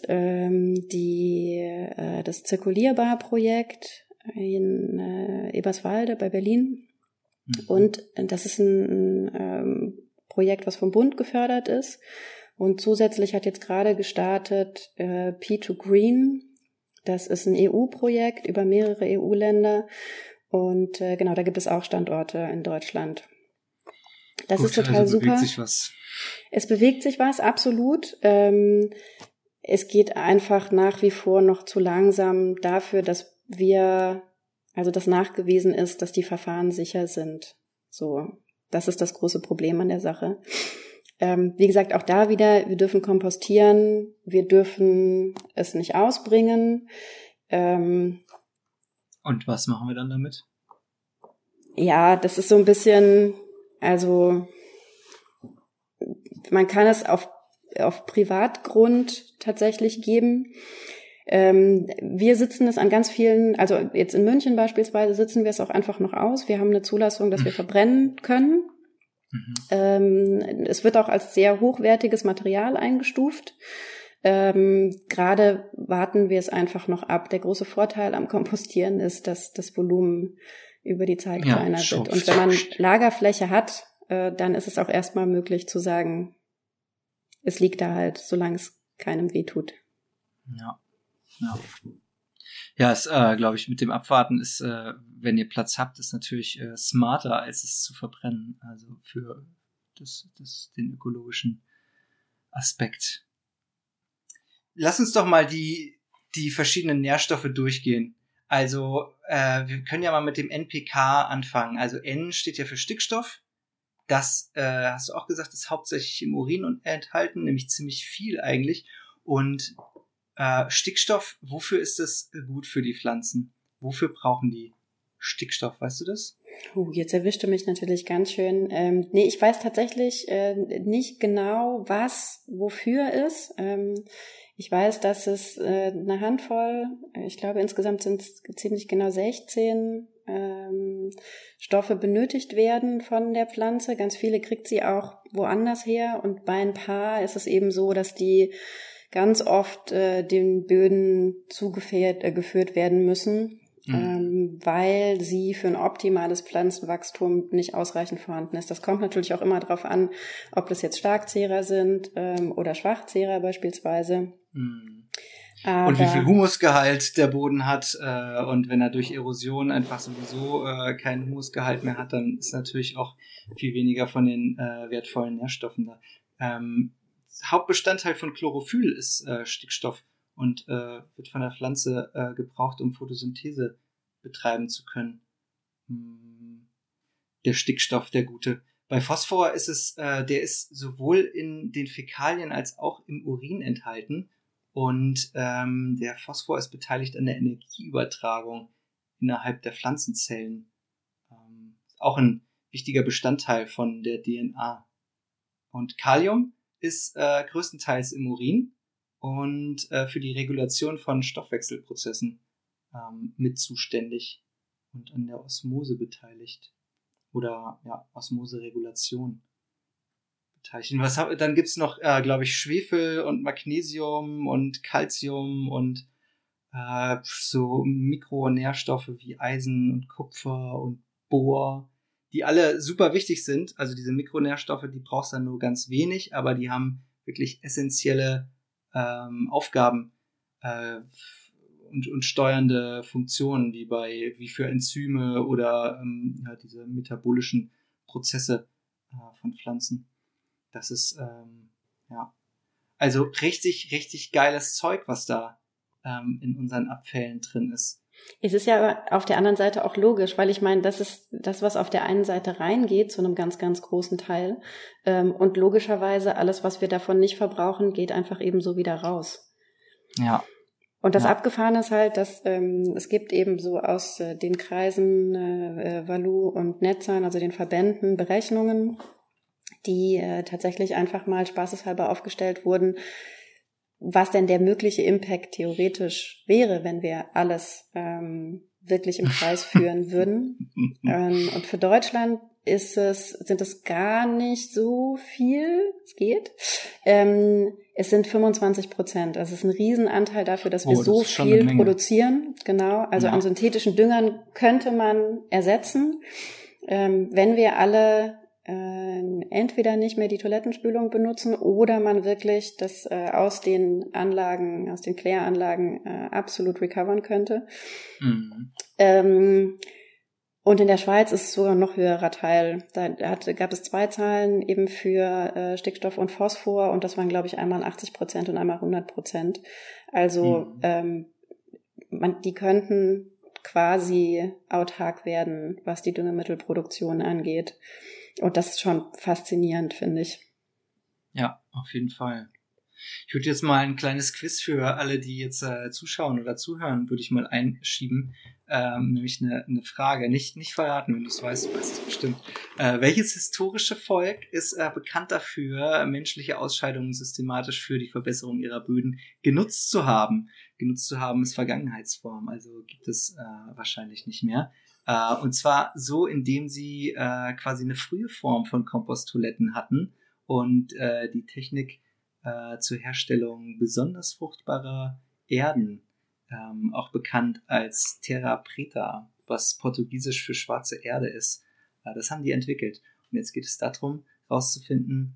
E: das Zirkulierbar-Projekt in Eberswalde bei Berlin. Und das ist ein Projekt, was vom Bund gefördert ist. Und zusätzlich hat jetzt gerade gestartet P2Green. Das ist ein EU-Projekt über mehrere EU-Länder. Und da gibt es auch Standorte in Deutschland. Das ist total
D: also
E: super.
D: Bewegt sich was.
E: Es bewegt sich was, absolut. Es geht einfach nach wie vor noch zu langsam dafür, dass das nachgewiesen ist, dass die Verfahren sicher sind. So, das ist das große Problem an der Sache. Wie gesagt, auch da wieder, wir dürfen kompostieren, wir dürfen es nicht ausbringen.
D: Und was machen wir dann damit?
E: Ja, das ist so ein bisschen, also man kann es auf Privatgrund tatsächlich geben. Wir sitzen es an ganz vielen, also jetzt in München beispielsweise sitzen wir es auch einfach noch aus. Wir haben eine Zulassung, dass wir verbrennen können. Es wird auch als sehr hochwertiges Material eingestuft. Gerade warten wir es einfach noch ab. Der große Vorteil am Kompostieren ist, dass das Volumen über die Zeit kleiner wird. Und wenn man Lagerfläche hat, dann ist es auch erstmal möglich zu sagen, es liegt da halt, solange es keinem wehtut.
D: Ja, es glaube ich, mit dem Abwarten ist, wenn ihr Platz habt, ist natürlich smarter, als es zu verbrennen. Also für den ökologischen Aspekt. Lass uns doch mal die verschiedenen Nährstoffe durchgehen. Also wir können ja mal mit dem NPK anfangen. Also N steht ja für Stickstoff. Das hast du auch gesagt, ist hauptsächlich im Urin enthalten, nämlich ziemlich viel eigentlich. Und Stickstoff, wofür ist das gut für die Pflanzen? Wofür brauchen die Stickstoff? Weißt du das?
E: Jetzt erwischte mich natürlich ganz schön. Nee, ich weiß tatsächlich nicht genau, was wofür ist. Ich weiß, dass es eine Handvoll, ich glaube insgesamt sind es ziemlich genau 16 Stoffe benötigt werden von der Pflanze. Ganz viele kriegt sie auch woanders her. Und bei ein paar ist es eben so, dass die ganz oft den Böden geführt werden müssen, weil sie für ein optimales Pflanzenwachstum nicht ausreichend vorhanden ist. Das kommt natürlich auch immer darauf an, ob das jetzt Starkzehrer sind oder Schwachzehrer beispielsweise.
D: Und wie viel Humusgehalt der Boden hat und wenn er durch Erosion einfach sowieso keinen Humusgehalt mehr hat, dann ist natürlich auch viel weniger von den wertvollen Nährstoffen da. Hauptbestandteil von Chlorophyll ist Stickstoff und wird von der Pflanze gebraucht, um Photosynthese betreiben zu können. Der Stickstoff, der gute. Bei Phosphor ist es, der ist sowohl in den Fäkalien als auch im Urin enthalten und der Phosphor ist beteiligt an der Energieübertragung innerhalb der Pflanzenzellen. Auch ein wichtiger Bestandteil von der DNA. Und Kalium ist größtenteils im Urin und für die Regulation von Stoffwechselprozessen mit zuständig und an der Osmose beteiligt. Oder Osmoseregulation Teilchen. Dann gibt's noch, glaube ich, Schwefel und Magnesium und Calcium und so Mikronährstoffe wie Eisen und Kupfer und Bohr, die alle super wichtig sind. Also diese Mikronährstoffe, die brauchst du dann nur ganz wenig, aber die haben wirklich essentielle Aufgaben und steuernde Funktionen, wie für Enzyme oder diese metabolischen Prozesse von Pflanzen. Das ist also richtig, richtig geiles Zeug, was da in unseren Abfällen drin ist.
E: Es ist ja aber auf der anderen Seite auch logisch, weil ich meine, das ist das, was auf der einen Seite reingeht, zu einem ganz, ganz großen Teil. Und logischerweise alles, was wir davon nicht verbrauchen, geht einfach eben so wieder raus.
D: Ja.
E: Und das Abgefahrene ist halt, dass es gibt eben so aus den Kreisen Valu und Netzern, also den Verbänden, Berechnungen, die tatsächlich einfach mal spaßeshalber aufgestellt wurden, was denn der mögliche Impact theoretisch wäre, wenn wir alles wirklich im Kreis führen würden. Und für Deutschland sind es gar nicht so viel, es geht. Es sind 25%. Das ist ein Riesenanteil dafür, dass wir so viel produzieren. Genau. Also an synthetischen Düngern könnte man ersetzen, wenn wir alle entweder nicht mehr die Toilettenspülung benutzen oder man wirklich das aus den Kläranlagen absolut recovern könnte. Mhm. Und in der Schweiz ist es sogar ein noch höherer Teil. Da gab es 2 Zahlen eben für Stickstoff und Phosphor und das waren, glaube ich, einmal 80% und einmal 100%. Also die könnten quasi autark werden, was die Düngemittelproduktion angeht. Und das ist schon faszinierend, finde ich.
D: Ja, auf jeden Fall. Ich würde jetzt mal ein kleines Quiz für alle, die jetzt zuschauen oder zuhören, würde ich mal einschieben. Nämlich eine Frage. Nicht verraten, wenn du es weißt, du weißt es bestimmt. Welches historische Volk ist bekannt dafür, menschliche Ausscheidungen systematisch für die Verbesserung ihrer Böden genutzt zu haben? Genutzt zu haben ist Vergangenheitsform, also gibt es wahrscheinlich nicht mehr. Und zwar so, indem sie quasi eine frühe Form von Komposttoiletten hatten und die Technik zur Herstellung besonders fruchtbarer Erden, auch bekannt als Terra Preta, was portugiesisch für schwarze Erde ist. Das haben die entwickelt. Und jetzt geht es darum, herauszufinden,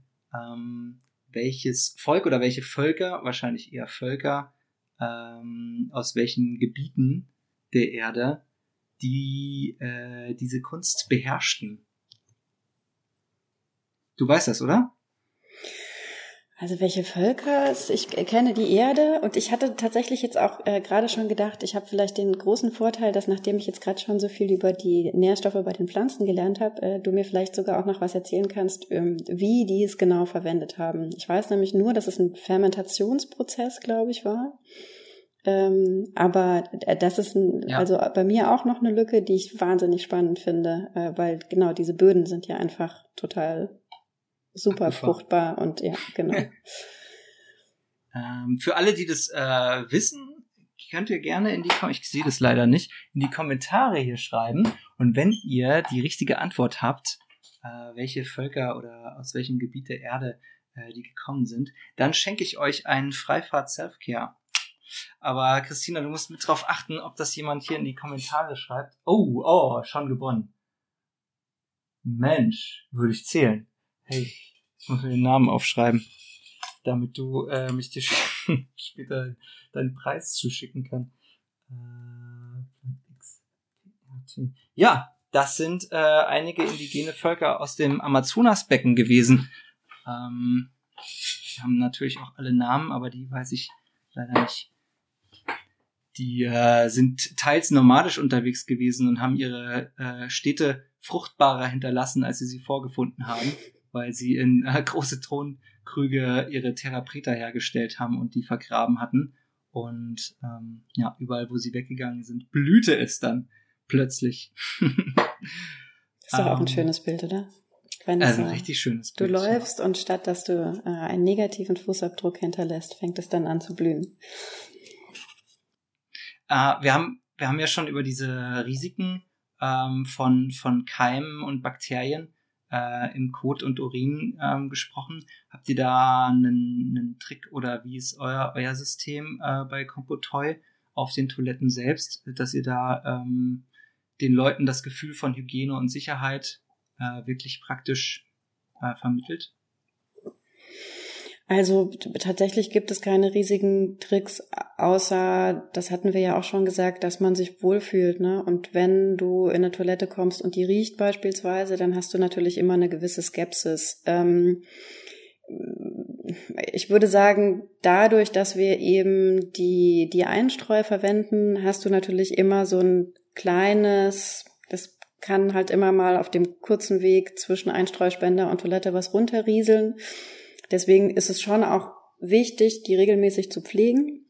D: welches Volk oder welche Völker, wahrscheinlich eher Völker, aus welchen Gebieten der Erde die diese Kunst beherrschten. Du weißt das, oder?
E: Also welche Völker? Ich kenne die Erde und ich hatte tatsächlich jetzt auch gerade schon gedacht, ich habe vielleicht den großen Vorteil, dass nachdem ich jetzt gerade schon so viel über die Nährstoffe bei den Pflanzen gelernt habe, du mir vielleicht sogar auch noch was erzählen kannst, wie die es genau verwendet haben. Ich weiß nämlich nur, dass es ein Fermentationsprozess, glaube ich, war. Aber das ist also bei mir auch noch eine Lücke, die ich wahnsinnig spannend finde, weil genau diese Böden sind ja einfach total super fruchtbar und ja, genau.
D: Für alle, die das wissen, könnt ihr gerne ich sehe das leider nicht, in die Kommentare hier schreiben. Und wenn ihr die richtige Antwort habt, welche Völker oder aus welchem Gebiet der Erde die gekommen sind, dann schenke ich euch einen Freifahrt Selfcare. Aber Christina, du musst mit drauf achten, ob das jemand hier in die Kommentare schreibt. Oh, schon gewonnen. Mensch, würde ich zählen. Hey, ich muss mir den Namen aufschreiben, damit du mich dir später deinen Preis zuschicken kann. Ja, das sind einige indigene Völker aus dem Amazonasbecken gewesen. Wir haben natürlich auch alle Namen, aber die weiß ich leider nicht. Die sind teils nomadisch unterwegs gewesen und haben ihre Städte fruchtbarer hinterlassen, als sie vorgefunden haben, weil sie in große Tonkrüge ihre Terra Preta hergestellt haben und die vergraben hatten. Und überall, wo sie weggegangen sind, blühte es dann plötzlich.
E: Ist doch auch ein schönes Bild, oder? Wenn
D: ein richtig schönes Bild.
E: Du läufst und statt dass du einen negativen Fußabdruck hinterlässt, fängt es dann an zu blühen.
D: Wir haben ja schon über diese Risiken von Keimen und Bakterien im Kot und Urin gesprochen. Habt ihr da einen Trick oder wie ist euer System bei Compotoy auf den Toiletten selbst, dass ihr da den Leuten das Gefühl von Hygiene und Sicherheit wirklich praktisch vermittelt?
E: Also tatsächlich gibt es keine riesigen Tricks, außer, das hatten wir ja auch schon gesagt, dass man sich wohlfühlt, ne? Und wenn du in eine Toilette kommst und die riecht beispielsweise, dann hast du natürlich immer eine gewisse Skepsis. Ich würde sagen, dadurch, dass wir eben die Einstreu verwenden, hast du natürlich immer so ein kleines, das kann halt immer mal auf dem kurzen Weg zwischen Einstreuspender und Toilette was runterrieseln. Deswegen ist es schon auch wichtig, die regelmäßig zu pflegen.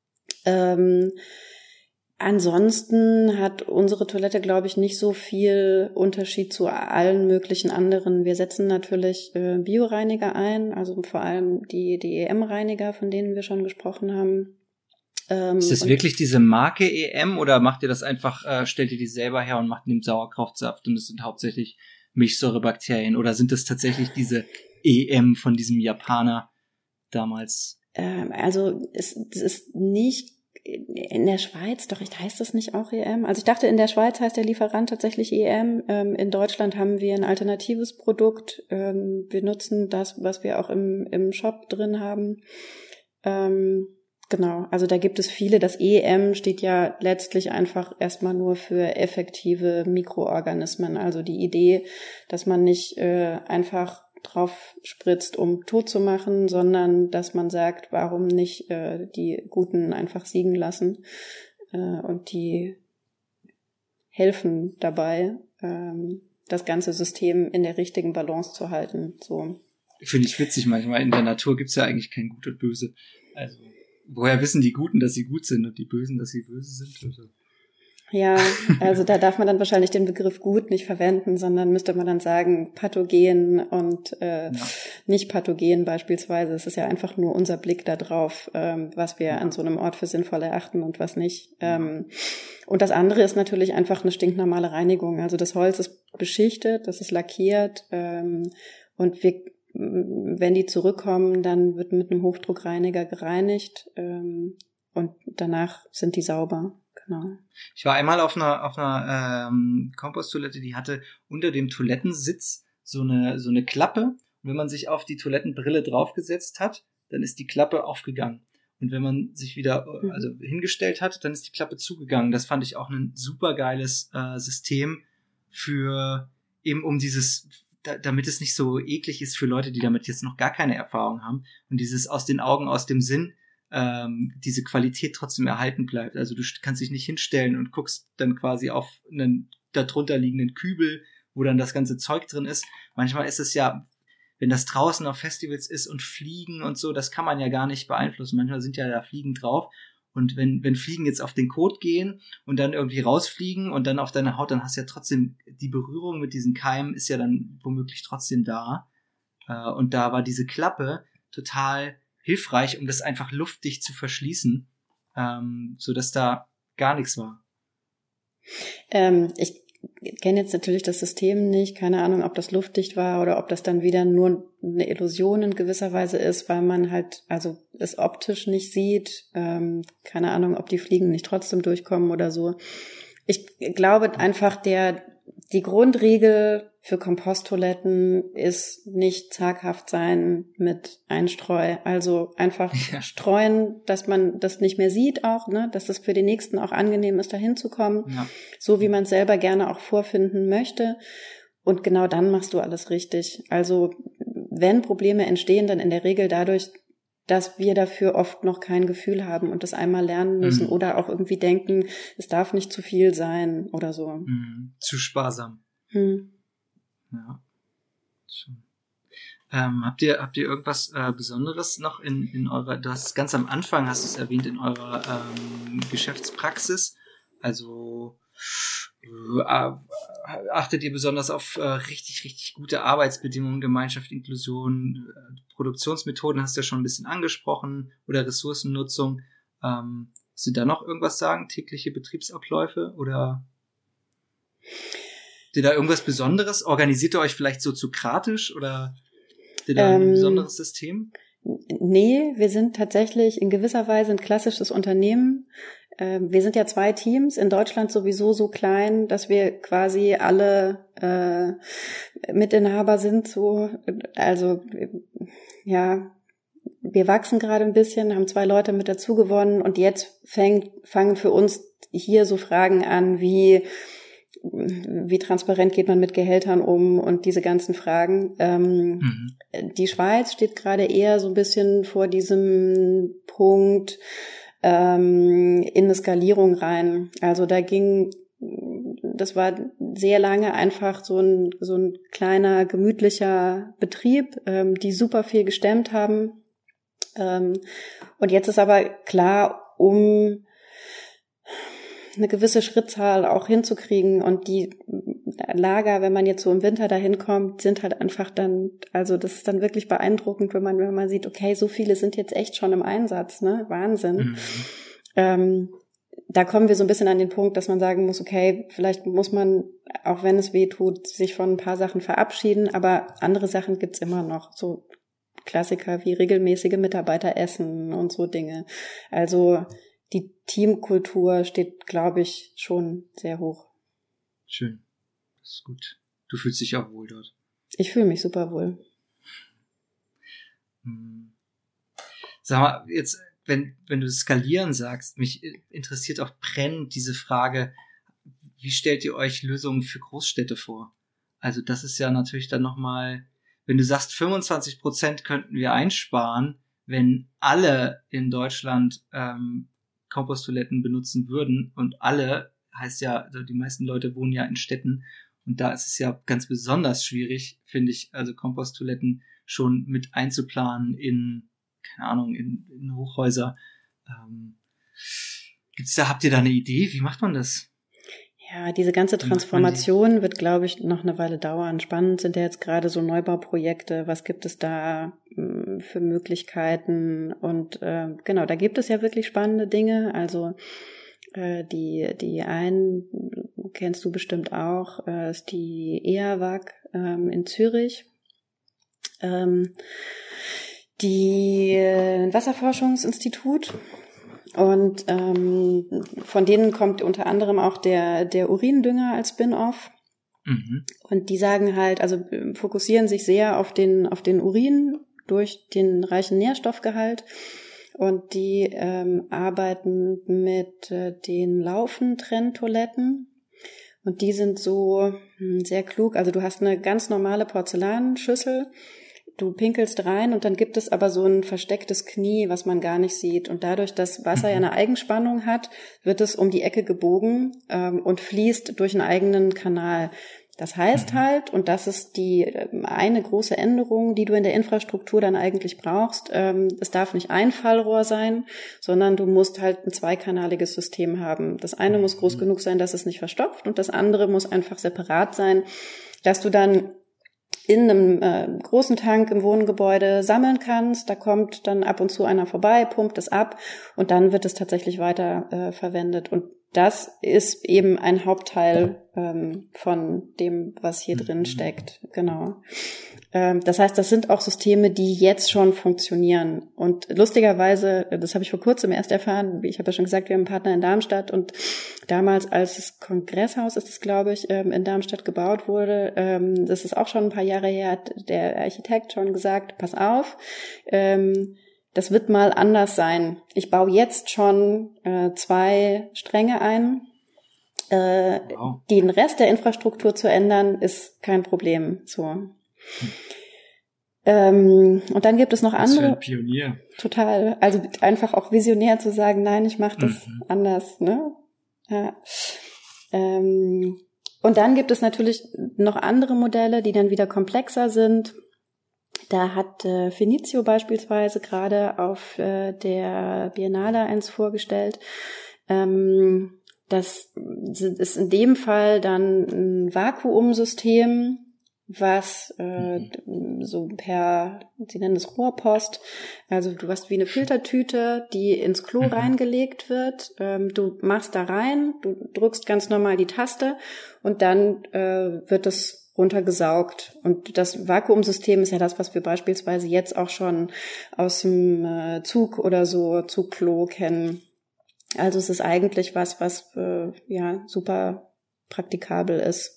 E: Ansonsten hat unsere Toilette, glaube ich, nicht so viel Unterschied zu allen möglichen anderen. Wir setzen natürlich Bioreiniger ein, also vor allem die EM-Reiniger, von denen wir schon gesprochen haben.
D: Ist das wirklich diese Marke EM oder macht ihr das einfach, stellt ihr die selber her und nehmt Sauerkraftsaft und es sind hauptsächlich Milchsäurebakterien oder sind das tatsächlich diese EM von diesem Japaner damals?
E: Also es ist nicht in der Schweiz, doch heißt das nicht auch EM? Also ich dachte, in der Schweiz heißt der Lieferant tatsächlich EM. In Deutschland haben wir ein alternatives Produkt. Wir nutzen das, was wir auch im Shop drin haben. Genau, also da gibt es viele. Das EM steht ja letztlich einfach erstmal nur für effektive Mikroorganismen. Also die Idee, dass man nicht einfach drauf spritzt, um tot zu machen, sondern dass man sagt, warum nicht die Guten einfach siegen lassen und die helfen dabei, das ganze System in der richtigen Balance zu halten. So.
D: Finde ich witzig manchmal. In der Natur gibt's ja eigentlich kein Gut und Böse. Also woher wissen die Guten, dass sie gut sind und die Bösen, dass sie böse sind? Also.
E: Ja, also da darf man dann wahrscheinlich den Begriff gut nicht verwenden, sondern müsste man dann sagen pathogen und nicht pathogen beispielsweise. Es ist ja einfach nur unser Blick da drauf, was wir an so einem Ort für sinnvoll erachten und was nicht. Und das andere ist natürlich einfach eine stinknormale Reinigung. Also das Holz ist beschichtet, das ist lackiert und wenn die zurückkommen, dann wird mit einem Hochdruckreiniger gereinigt und danach sind die sauber. Genau.
D: Ich war einmal auf einer Komposttoilette, die hatte unter dem Toilettensitz so eine Klappe. Und wenn man sich auf die Toilettenbrille draufgesetzt hat, dann ist die Klappe aufgegangen. Und wenn man sich wieder hingestellt hat, dann ist die Klappe zugegangen. Das fand ich auch ein super geiles System für eben um dieses, damit es nicht so eklig ist für Leute, die damit jetzt noch gar keine Erfahrung haben. Und dieses aus den Augen, aus dem Sinn, diese Qualität trotzdem erhalten bleibt. Also du kannst dich nicht hinstellen und guckst dann quasi auf einen darunter liegenden Kübel, wo dann das ganze Zeug drin ist. Manchmal ist es ja, wenn das draußen auf Festivals ist und Fliegen und so, das kann man ja gar nicht beeinflussen. Manchmal sind ja da Fliegen drauf. Und wenn Fliegen jetzt auf den Kot gehen und dann irgendwie rausfliegen und dann auf deine Haut, dann hast du ja trotzdem die Berührung mit diesen Keimen ist ja dann womöglich trotzdem da. Und da war diese Klappe total hilfreich, um das einfach luftdicht zu verschließen, so dass da gar nichts war.
E: Ich kenne jetzt natürlich das System nicht, keine Ahnung, ob das luftdicht war oder ob das dann wieder nur eine Illusion in gewisser Weise ist, weil man halt also es optisch nicht sieht, keine Ahnung, ob die Fliegen nicht trotzdem durchkommen oder so. Ich glaube einfach, die Grundregel für Komposttoiletten ist nicht zaghaft sein mit Einstreu. Also einfach streuen, dass man das nicht mehr sieht auch, ne, dass es für die Nächsten auch angenehm ist, da hinzukommen. Ja. So wie man es selber gerne auch vorfinden möchte. Und genau dann machst du alles richtig. Also wenn Probleme entstehen, dann in der Regel dadurch, dass wir dafür oft noch kein Gefühl haben und das einmal lernen müssen oder auch irgendwie denken, es darf nicht zu viel sein oder so.
D: Zu sparsam. Ja. Schon. Habt ihr irgendwas Besonderes noch in eurer, du hast ganz am Anfang, hast du es erwähnt, in eurer Geschäftspraxis, also achtet ihr besonders auf richtig, richtig gute Arbeitsbedingungen, Gemeinschaft, Inklusion, Produktionsmethoden hast du ja schon ein bisschen angesprochen oder Ressourcennutzung. Willst du da noch irgendwas sagen? Tägliche Betriebsabläufe oder? Habt ihr da irgendwas Besonderes? Organisiert ihr euch vielleicht soziokratisch oder habt ihr da ein besonderes System?
E: Nee, wir sind tatsächlich in gewisser Weise ein klassisches Unternehmen. Wir sind ja 2 Teams, in Deutschland sowieso so klein, dass wir quasi alle Mitinhaber sind. So, also ja, wir wachsen gerade ein bisschen, haben 2 Leute mit dazu gewonnen und jetzt fangen für uns hier so Fragen an, wie transparent geht man mit Gehältern um und diese ganzen Fragen. Die Schweiz steht gerade eher so ein bisschen vor diesem Punkt in eine Skalierung rein. Also das war sehr lange einfach so ein kleiner, gemütlicher Betrieb, die super viel gestemmt haben. Und jetzt ist aber klar, um eine gewisse Schrittzahl auch hinzukriegen und die Lager, wenn man jetzt so im Winter dahin kommt, sind halt einfach dann, also das ist dann wirklich beeindruckend, wenn man sieht, okay, so viele sind jetzt echt schon im Einsatz, ne, Wahnsinn. Da kommen wir so ein bisschen an den Punkt, dass man sagen muss, okay, vielleicht muss man, auch wenn es weh tut, sich von ein paar Sachen verabschieden, aber andere Sachen gibt's immer noch, so Klassiker wie regelmäßige Mitarbeiteressen und so Dinge. Also die Teamkultur steht, glaube ich, schon sehr hoch.
D: Schön. Das ist gut. Du fühlst dich auch wohl dort.
E: Ich fühle mich super wohl.
D: Sag mal, jetzt, wenn du skalieren sagst, mich interessiert auch brennend diese Frage, wie stellt ihr euch Lösungen für Großstädte vor? Also das ist ja natürlich dann nochmal, wenn du sagst, 25% könnten wir einsparen, wenn alle in Deutschland Komposttoiletten benutzen würden und alle heißt ja, also die meisten Leute wohnen ja in Städten und da ist es ja ganz besonders schwierig, finde ich, also Komposttoiletten schon mit einzuplanen in, keine Ahnung, in Hochhäuser. Habt ihr da eine Idee? Wie macht man das?
E: Ja, diese ganze Transformation wird, glaube ich, noch eine Weile dauern. Spannend sind ja jetzt gerade so Neubauprojekte. Was gibt es da für Möglichkeiten? Und genau, da gibt es ja wirklich spannende Dinge. Also die einen kennst du bestimmt auch, ist die EAWAG in Zürich. Die Wasserforschungsinstitut. Und von denen kommt unter anderem auch der Urindünger als Spin-off. Und die sagen halt, also fokussieren sich sehr auf den Urin durch den reichen Nährstoffgehalt. Und die arbeiten mit den Laufen-Trenntoiletten. Und die sind so sehr klug. Also du hast eine ganz normale Porzellanschüssel. Du pinkelst rein und dann gibt es aber so ein verstecktes Knie, was man gar nicht sieht. Und dadurch, dass Wasser ja eine Eigenspannung hat, wird es um die Ecke gebogen und fließt durch einen eigenen Kanal. Das heißt halt, und das ist die eine große Änderung, die du in der Infrastruktur dann eigentlich brauchst, es darf nicht ein Fallrohr sein, sondern du musst halt ein zweikanaliges System haben. Das eine muss groß genug sein, dass es nicht verstopft und das andere muss einfach separat sein, dass du dann in einem großen Tank im Wohngebäude sammeln kannst. Da kommt dann ab und zu einer vorbei, pumpt es ab und dann wird es tatsächlich weiter verwendet. Und das ist eben ein Hauptteil von dem, was hier drin steckt. Genau. Das heißt, das sind auch Systeme, die jetzt schon funktionieren. Und lustigerweise, das habe ich vor kurzem erst erfahren, ich habe ja schon gesagt, wir haben einen Partner in Darmstadt und damals, als das Kongresshaus ist es, glaube ich, in Darmstadt gebaut wurde, das ist auch schon ein paar Jahre her, hat der Architekt schon gesagt, pass auf, das wird mal anders sein. Ich baue jetzt schon 2 Stränge ein. Den Rest der Infrastruktur zu ändern, ist kein Problem. So. Und dann gibt es noch andere.
D: Das ist ein Pionier.
E: Total. Also einfach auch visionär zu sagen, nein, ich mache das anders. Ne? Ja. Und dann gibt es natürlich noch andere Modelle, die dann wieder komplexer sind. Da hat Finizio beispielsweise gerade auf der Biennale eins vorgestellt. Das ist in dem Fall dann ein Vakuumsystem, was so sie nennen es Rohrpost, also du hast wie eine Filtertüte, die ins Klo reingelegt wird, du machst da rein, du drückst ganz normal die Taste und dann wird es runtergesaugt. Und das Vakuumsystem ist ja das, was wir beispielsweise jetzt auch schon aus dem Zug oder so, Zugklo kennen. Also es ist eigentlich was super praktikabel ist.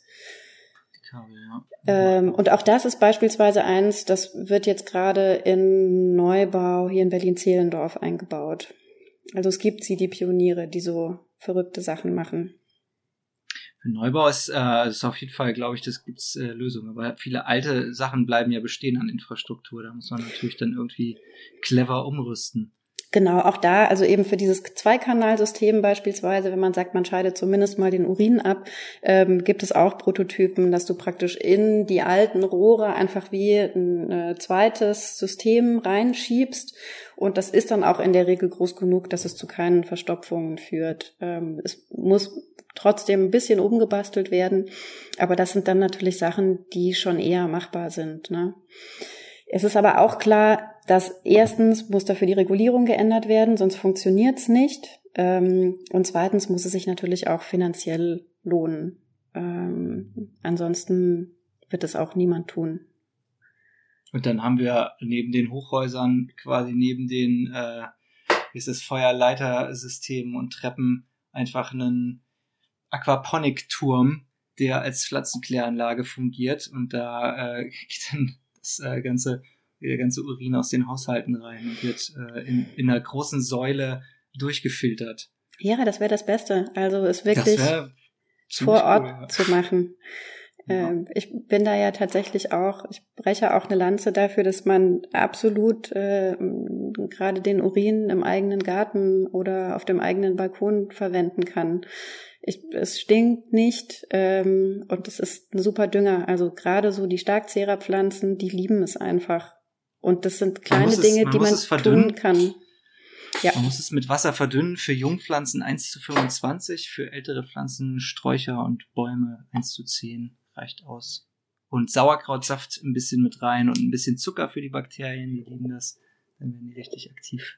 E: Und auch das ist beispielsweise eins, das wird jetzt gerade in Neubau hier in Berlin-Zehlendorf eingebaut. Also es gibt die Pioniere, die so verrückte Sachen machen.
D: Für Neubau ist auf jeden Fall, glaube ich, das gibt's Lösungen. Aber viele alte Sachen bleiben ja bestehen an Infrastruktur. Da muss man natürlich dann irgendwie clever umrüsten.
E: Genau, auch da, also eben für dieses Zweikanalsystem beispielsweise, wenn man sagt, man scheidet zumindest mal den Urin ab, gibt es auch Prototypen, dass du praktisch in die alten Rohre einfach wie ein zweites System reinschiebst. Und das ist dann auch in der Regel groß genug, dass es zu keinen Verstopfungen führt. Es muss trotzdem ein bisschen umgebastelt werden, aber das sind dann natürlich Sachen, die schon eher machbar sind, ne? Es ist aber auch klar, dass erstens muss dafür die Regulierung geändert werden, sonst funktioniert's nicht. Und zweitens muss es sich natürlich auch finanziell lohnen. Ansonsten wird es auch niemand tun.
D: Und dann haben wir neben den Hochhäusern, quasi neben den Feuerleitersystemen und Treppen einfach einen Aquaponik-Turm, der als Pflanzenkläranlage fungiert. Und da geht dann der ganze Urin aus den Haushalten rein und wird in einer großen Säule durchgefiltert.
E: Ja, das wäre das Beste. Also es wirklich vor Ort zu machen. Ja. Ich bin da ja tatsächlich auch, ich breche auch eine Lanze dafür, dass man absolut gerade den Urin im eigenen Garten oder auf dem eigenen Balkon verwenden kann. Es stinkt nicht und es ist ein super Dünger. Also gerade so die Starkzehrerpflanzen, die lieben es einfach. Und das sind kleine Dinge, die man tun kann. Ja.
D: Man muss es mit Wasser verdünnen. Für Jungpflanzen 1:25, für ältere Pflanzen, Sträucher und Bäume 1:10 reicht aus. Und Sauerkrautsaft ein bisschen mit rein und ein bisschen Zucker für die Bakterien, die lieben das. Dann werden die richtig aktiv.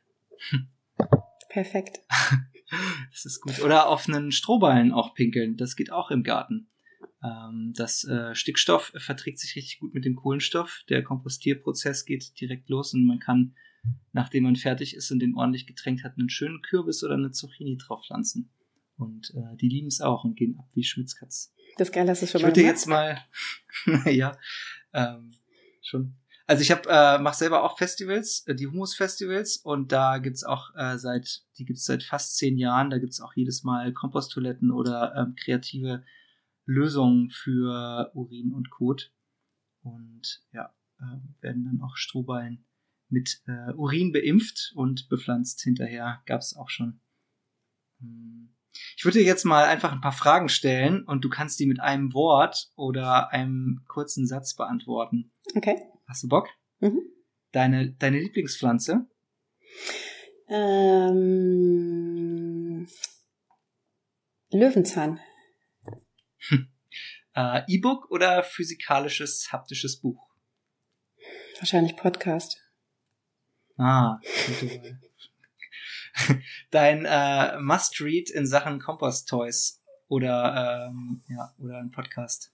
E: Perfekt.
D: Das ist gut. Oder auf einen Strohballen auch pinkeln. Das geht auch im Garten. Das Stickstoff verträgt sich richtig gut mit dem Kohlenstoff. Der Kompostierprozess geht direkt los und man kann, nachdem man fertig ist und den ordentlich getränkt hat, einen schönen Kürbis oder eine Zucchini drauf pflanzen. Und die lieben es auch und gehen ab wie Schmitzkatz.
E: Das ist geil, dass du schon
D: mal gemacht. Ich würde jetzt mal, ja, schon. Also ich mache selber auch Festivals, die Humus-Festivals, und da gibt's auch die gibt's seit fast 10 Jahren. Da gibt's auch jedes Mal Komposttoiletten oder kreative Lösungen für Urin und Kot. Und ja, werden dann auch Strohballen mit Urin beimpft und bepflanzt hinterher. Gab's auch schon. Ich würde dir jetzt mal einfach ein paar Fragen stellen und du kannst die mit einem Wort oder einem kurzen Satz beantworten.
E: Okay.
D: Hast du Bock?
E: Mhm.
D: Deine Lieblingspflanze?
E: Löwenzahn.
D: E-Book oder physikalisches, haptisches Buch?
E: Wahrscheinlich Podcast.
D: Gute Wahl. Dein Must-Read in Sachen Kompost-Toys oder ein Podcast?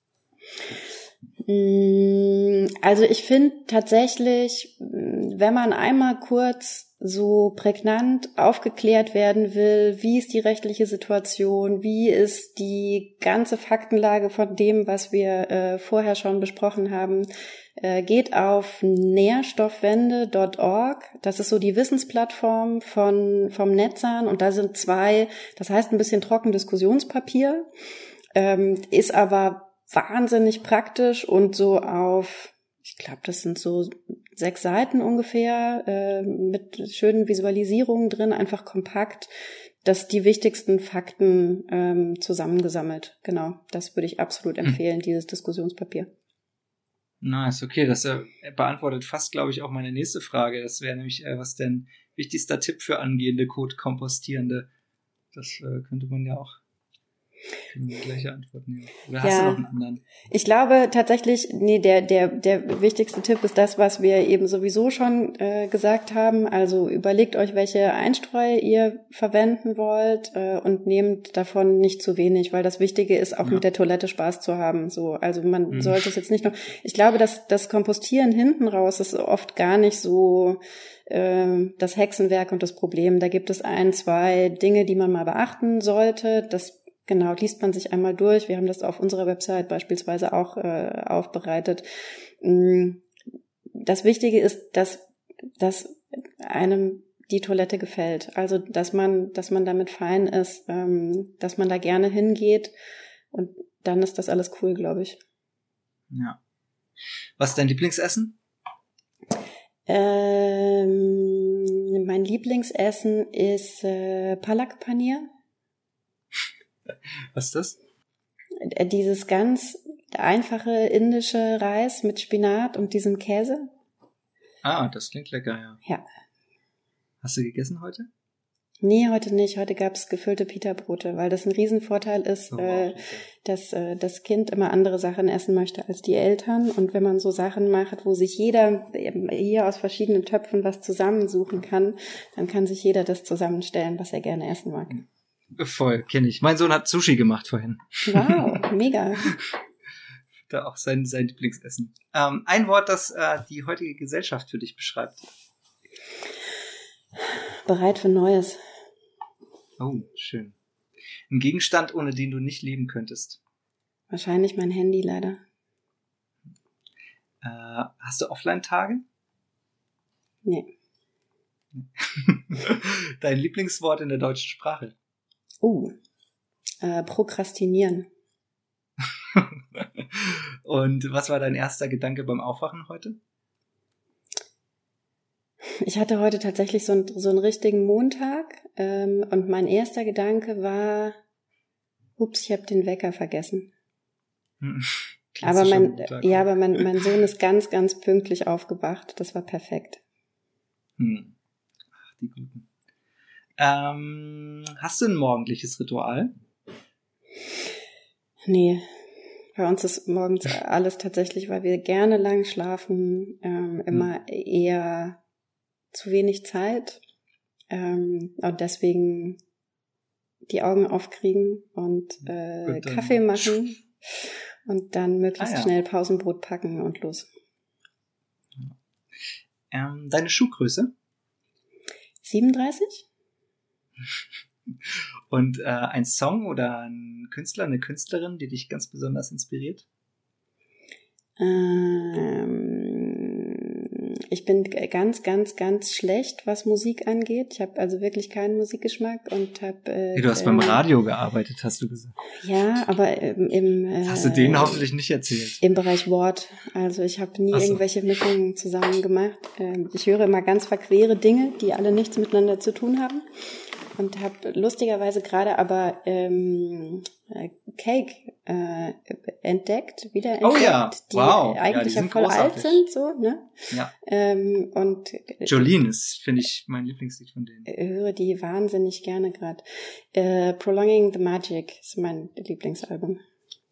E: Also ich finde tatsächlich, wenn man einmal kurz so prägnant aufgeklärt werden will, wie ist die rechtliche Situation, wie ist die ganze Faktenlage von dem, was wir vorher schon besprochen haben, geht auf nährstoffwende.org. Das ist so die Wissensplattform vom Netzan, und da sind 2, das heißt ein bisschen trocken Diskussionspapier, ist aber wahnsinnig praktisch und so auf, ich glaube, das sind so 6 Seiten ungefähr, mit schönen Visualisierungen drin, einfach kompakt, dass die wichtigsten Fakten zusammengesammelt. Genau, das würde ich absolut empfehlen, dieses Diskussionspapier.
D: Nice, okay, das beantwortet fast, glaube ich, auch meine nächste Frage. Das wäre nämlich, was denn wichtigster Tipp für angehende Kotkompostierende? Das könnte man ja auch Können wir die gleiche Antwort nehmen? Oder hast du noch einen anderen?
E: Ich glaube tatsächlich, der wichtigste Tipp ist das, was wir eben sowieso schon gesagt haben. Also überlegt euch, welche Einstreu ihr verwenden wollt und nehmt davon nicht zu wenig, weil das Wichtige ist, auch mit der Toilette Spaß zu haben. So, also man sollte es jetzt nicht noch. Ich glaube, dass das Kompostieren hinten raus ist oft gar nicht so das Hexenwerk und das Problem. Da gibt es 1, 2 Dinge, die man mal beachten sollte. Das genau liest man sich einmal durch. Wir haben das auf unserer Website beispielsweise auch aufbereitet. Das Wichtige ist, dass einem die Toilette gefällt. Also dass man damit fein ist, dass man da gerne hingeht, und dann ist das alles cool, glaube ich.
D: Ja. Was ist dein Lieblingsessen?
E: Mein Lieblingsessen ist Palak Paneer.
D: Was ist das?
E: Dieses ganz einfache indische Reis mit Spinat und diesem Käse.
D: Ah, das klingt lecker, ja.
E: Ja.
D: Hast du gegessen heute?
E: Nee, heute nicht. Heute gab es gefüllte Pita-Brote, weil das ein Riesenvorteil ist, dass das Kind immer andere Sachen essen möchte als die Eltern. Und wenn man so Sachen macht, wo sich jeder hier aus verschiedenen Töpfen was zusammensuchen kann, dann kann sich jeder das zusammenstellen, was er gerne essen mag.
D: Voll, kenne ich. Mein Sohn hat Sushi gemacht vorhin.
E: Wow, mega.
D: Da auch sein Lieblingsessen. Ein Wort, das die heutige Gesellschaft für dich beschreibt.
E: Bereit für Neues.
D: Oh, schön. Ein Gegenstand, ohne den du nicht leben könntest.
E: Wahrscheinlich mein Handy leider.
D: Hast du Offline-Tage?
E: Nee.
D: Dein Lieblingswort in der deutschen Sprache?
E: Prokrastinieren.
D: Und was war dein erster Gedanke beim Aufwachen heute?
E: Ich hatte heute tatsächlich so einen richtigen Montag, und mein erster Gedanke war, ich habe den Wecker vergessen. Aber mein Sohn ist ganz, ganz pünktlich aufgewacht. Das war perfekt.
D: Ach, die Guten. Hast du ein morgendliches Ritual?
E: Nee. Bei uns ist morgens alles tatsächlich, weil wir gerne lang schlafen, immer eher zu wenig Zeit, und deswegen die Augen aufkriegen und Kaffee machen und dann möglichst schnell Pausenbrot packen und los.
D: Deine Schuhgröße?
E: 37?
D: Und ein Song oder ein Künstler, eine Künstlerin, die dich ganz besonders inspiriert?
E: Ich bin ganz, ganz, ganz schlecht, was Musik angeht. Ich habe also wirklich keinen Musikgeschmack und habe...
D: du hast beim Radio gearbeitet, hast du gesagt.
E: Ja, aber
D: hast du denen hoffentlich nicht erzählt?
E: Im Bereich Wort. Also ich habe nie irgendwelche Mischungen zusammen gemacht. Ich höre immer ganz verquere Dinge, die alle nichts miteinander zu tun haben. Und habe lustigerweise gerade aber Cake wiederentdeckt,
D: oh ja,
E: die
D: wow.
E: eigentlich
D: die
E: ja voll
D: großartig.
E: alt sind, so, ne?
D: Ja.
E: Und
D: Jolene ist, finde ich, mein Lieblingslied von denen.
E: Höre die wahnsinnig gerne gerade. Prolonging the Magic ist mein Lieblingsalbum.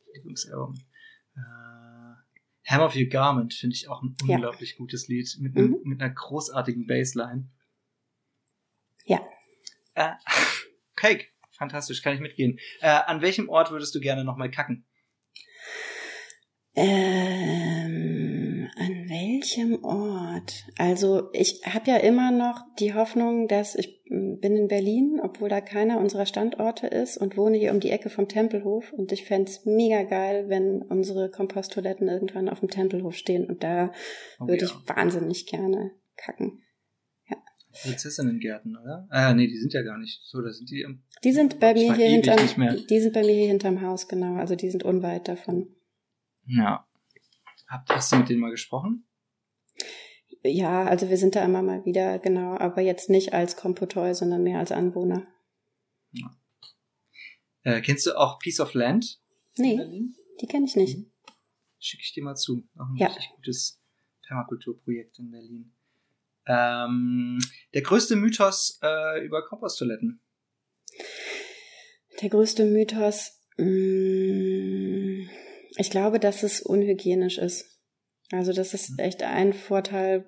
D: Hem of Your Garment finde ich auch ein unglaublich gutes Lied mit einer großartigen Bassline.
E: Ja.
D: Cake, fantastisch, kann ich mitgehen. An welchem Ort würdest du gerne nochmal kacken?
E: An welchem Ort? Also ich habe ja immer noch die Hoffnung, dass ich bin in Berlin, obwohl da keiner unserer Standorte ist, und wohne hier um die Ecke vom Tempelhof, und ich fände es mega geil, wenn unsere Komposttoiletten irgendwann auf dem Tempelhof stehen, und da würde ich wahnsinnig gerne kacken.
D: Prinzessinnengärten, oder? Nee, die sind ja gar nicht so, da sind die
E: Die sind bei mir hier hinterm Haus, genau, also die sind unweit davon.
D: Ja. Hast du mit denen mal gesprochen?
E: Ja, also wir sind da immer mal wieder, genau, aber jetzt nicht als Kompotoi, sondern mehr als Anwohner.
D: Ja. Kennst du auch Piece of Land?
E: Nee, die kenne ich nicht.
D: Schicke ich dir mal zu. Auch ein richtig gutes Permakulturprojekt in Berlin. Der größte Mythos über Komposttoiletten?
E: Der größte Mythos, Ich glaube, dass es unhygienisch ist. Also das ist echt ein Vorurteil,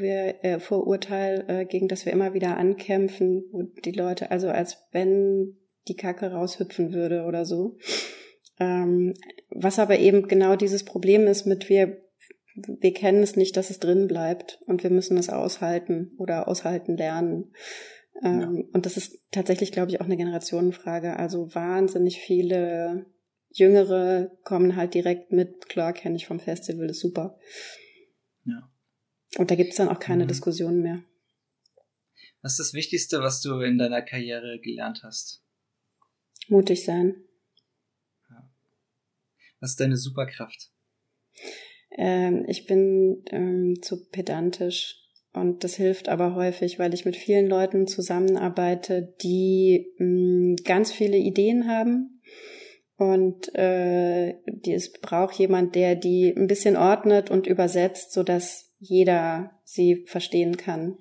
E: gegen das wir immer wieder ankämpfen, wo die Leute, also als wenn die Kacke raushüpfen würde oder so. Was aber eben genau dieses Problem ist mit wir kennen es nicht, dass es drin bleibt und wir müssen es aushalten oder aushalten lernen. Und das ist tatsächlich, glaube ich, auch eine Generationenfrage. Also wahnsinnig viele Jüngere kommen halt direkt mit, klar, kenne ich vom Festival, ist super.
D: Ja.
E: Und da gibt es dann auch keine Diskussionen mehr.
D: Was ist das Wichtigste, was du in deiner Karriere gelernt hast?
E: Mutig sein.
D: Ja. Was ist deine Superkraft?
E: Ich bin zu pedantisch und das hilft aber häufig, weil ich mit vielen Leuten zusammenarbeite, die ganz viele Ideen haben und es braucht jemand, der die ein bisschen ordnet und übersetzt, sodass jeder sie verstehen kann.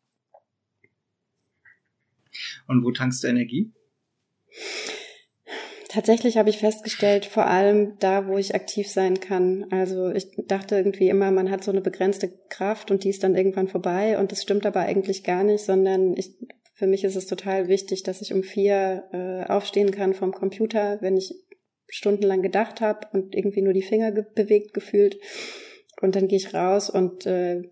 D: Und wo tankst du Energie?
E: Tatsächlich habe ich festgestellt, vor allem da, wo ich aktiv sein kann. Also ich dachte irgendwie immer, man hat so eine begrenzte Kraft und die ist dann irgendwann vorbei und das stimmt aber eigentlich gar nicht, sondern für mich ist es total wichtig, dass ich um 4 aufstehen kann vom Computer, wenn ich stundenlang gedacht habe und irgendwie nur die Finger bewegt gefühlt. Und dann gehe ich raus und wir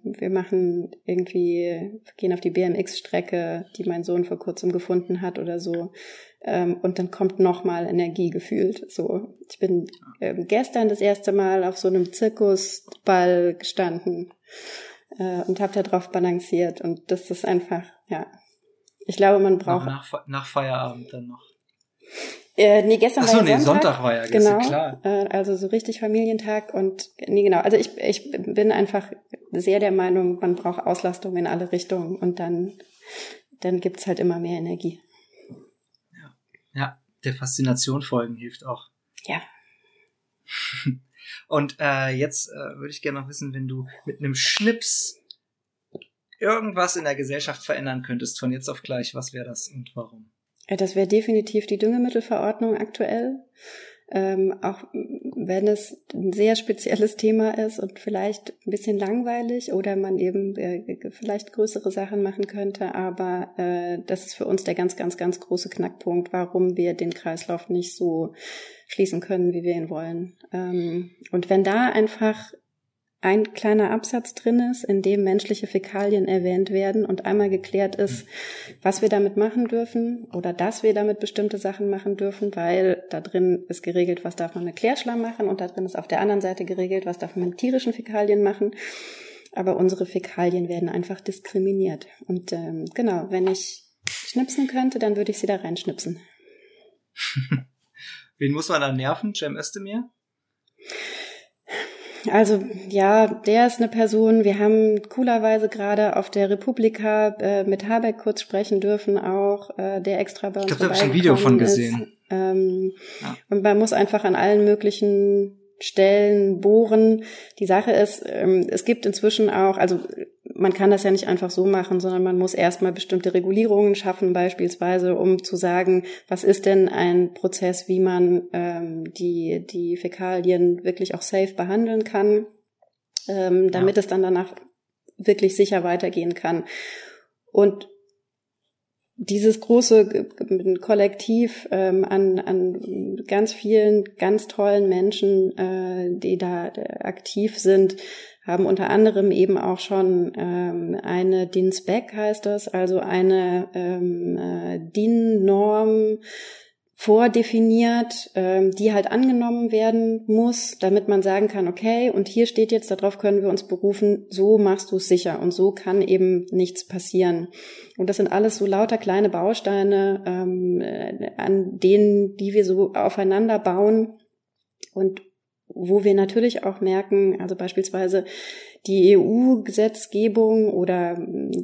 E: gehen auf die BMX-Strecke, die mein Sohn vor kurzem gefunden hat oder so. Und dann kommt nochmal Energie gefühlt. So, ich bin gestern das erste Mal auf so einem Zirkusball gestanden und habe da drauf balanciert. Und das ist einfach, ja. Ich glaube, man braucht
D: nach Feierabend dann noch.
E: Nee, gestern war ja
D: Sonntag war ja,
E: genau,
D: klar.
E: Also so richtig Familientag und nee, genau. Also ich bin einfach sehr der Meinung, man braucht Auslastung in alle Richtungen und dann gibt's halt immer mehr Energie.
D: Ja, der Faszination folgen hilft auch.
E: Ja.
D: Und jetzt würde ich gerne noch wissen, wenn du mit einem Schnips irgendwas in der Gesellschaft verändern könntest, von jetzt auf gleich, was wäre das und warum?
E: Das wäre definitiv die Düngemittelverordnung aktuell, auch wenn es ein sehr spezielles Thema ist und vielleicht ein bisschen langweilig oder man eben vielleicht größere Sachen machen könnte, aber das ist für uns der ganz, ganz, ganz große Knackpunkt, warum wir den Kreislauf nicht so schließen können, wie wir ihn wollen. Und wenn da einfach ein kleiner Absatz drin ist, in dem menschliche Fäkalien erwähnt werden und einmal geklärt ist, was wir damit machen dürfen oder dass wir damit bestimmte Sachen machen dürfen, weil da drin ist geregelt, was darf man mit Klärschlamm machen und da drin ist auf der anderen Seite geregelt, was darf man mit tierischen Fäkalien machen. Aber unsere Fäkalien werden einfach diskriminiert. Und genau, wenn ich schnipsen könnte, dann würde ich sie da reinschnipsen.
D: Wen muss man da nerven? Cem Özdemir?
E: Also ja, der ist eine Person, wir haben coolerweise gerade auf der Republika mit Habeck kurz sprechen dürfen auch, der extra bei uns vorbeigekommen ist. Ich glaube, da habe ich ein Video von gesehen. Und man muss einfach an allen möglichen Stellen bohren. Die Sache ist, es gibt inzwischen auch, also man kann das ja nicht einfach so machen, sondern man muss erstmal bestimmte Regulierungen schaffen, beispielsweise, um zu sagen, was ist denn ein Prozess, wie man die Fäkalien wirklich auch safe behandeln kann, damit es dann danach wirklich sicher weitergehen kann. Und dieses große Kollektiv an ganz vielen, ganz tollen Menschen, die da aktiv sind, haben unter anderem eben auch schon eine DIN-Spec heißt das, also eine DIN-Norm vordefiniert, die halt angenommen werden muss, damit man sagen kann, okay, und hier steht jetzt, darauf können wir uns berufen, so machst du es sicher und so kann eben nichts passieren. Und das sind alles so lauter kleine Bausteine, an denen, die wir so aufeinander bauen und wo wir natürlich auch merken, also beispielsweise die EU-Gesetzgebung oder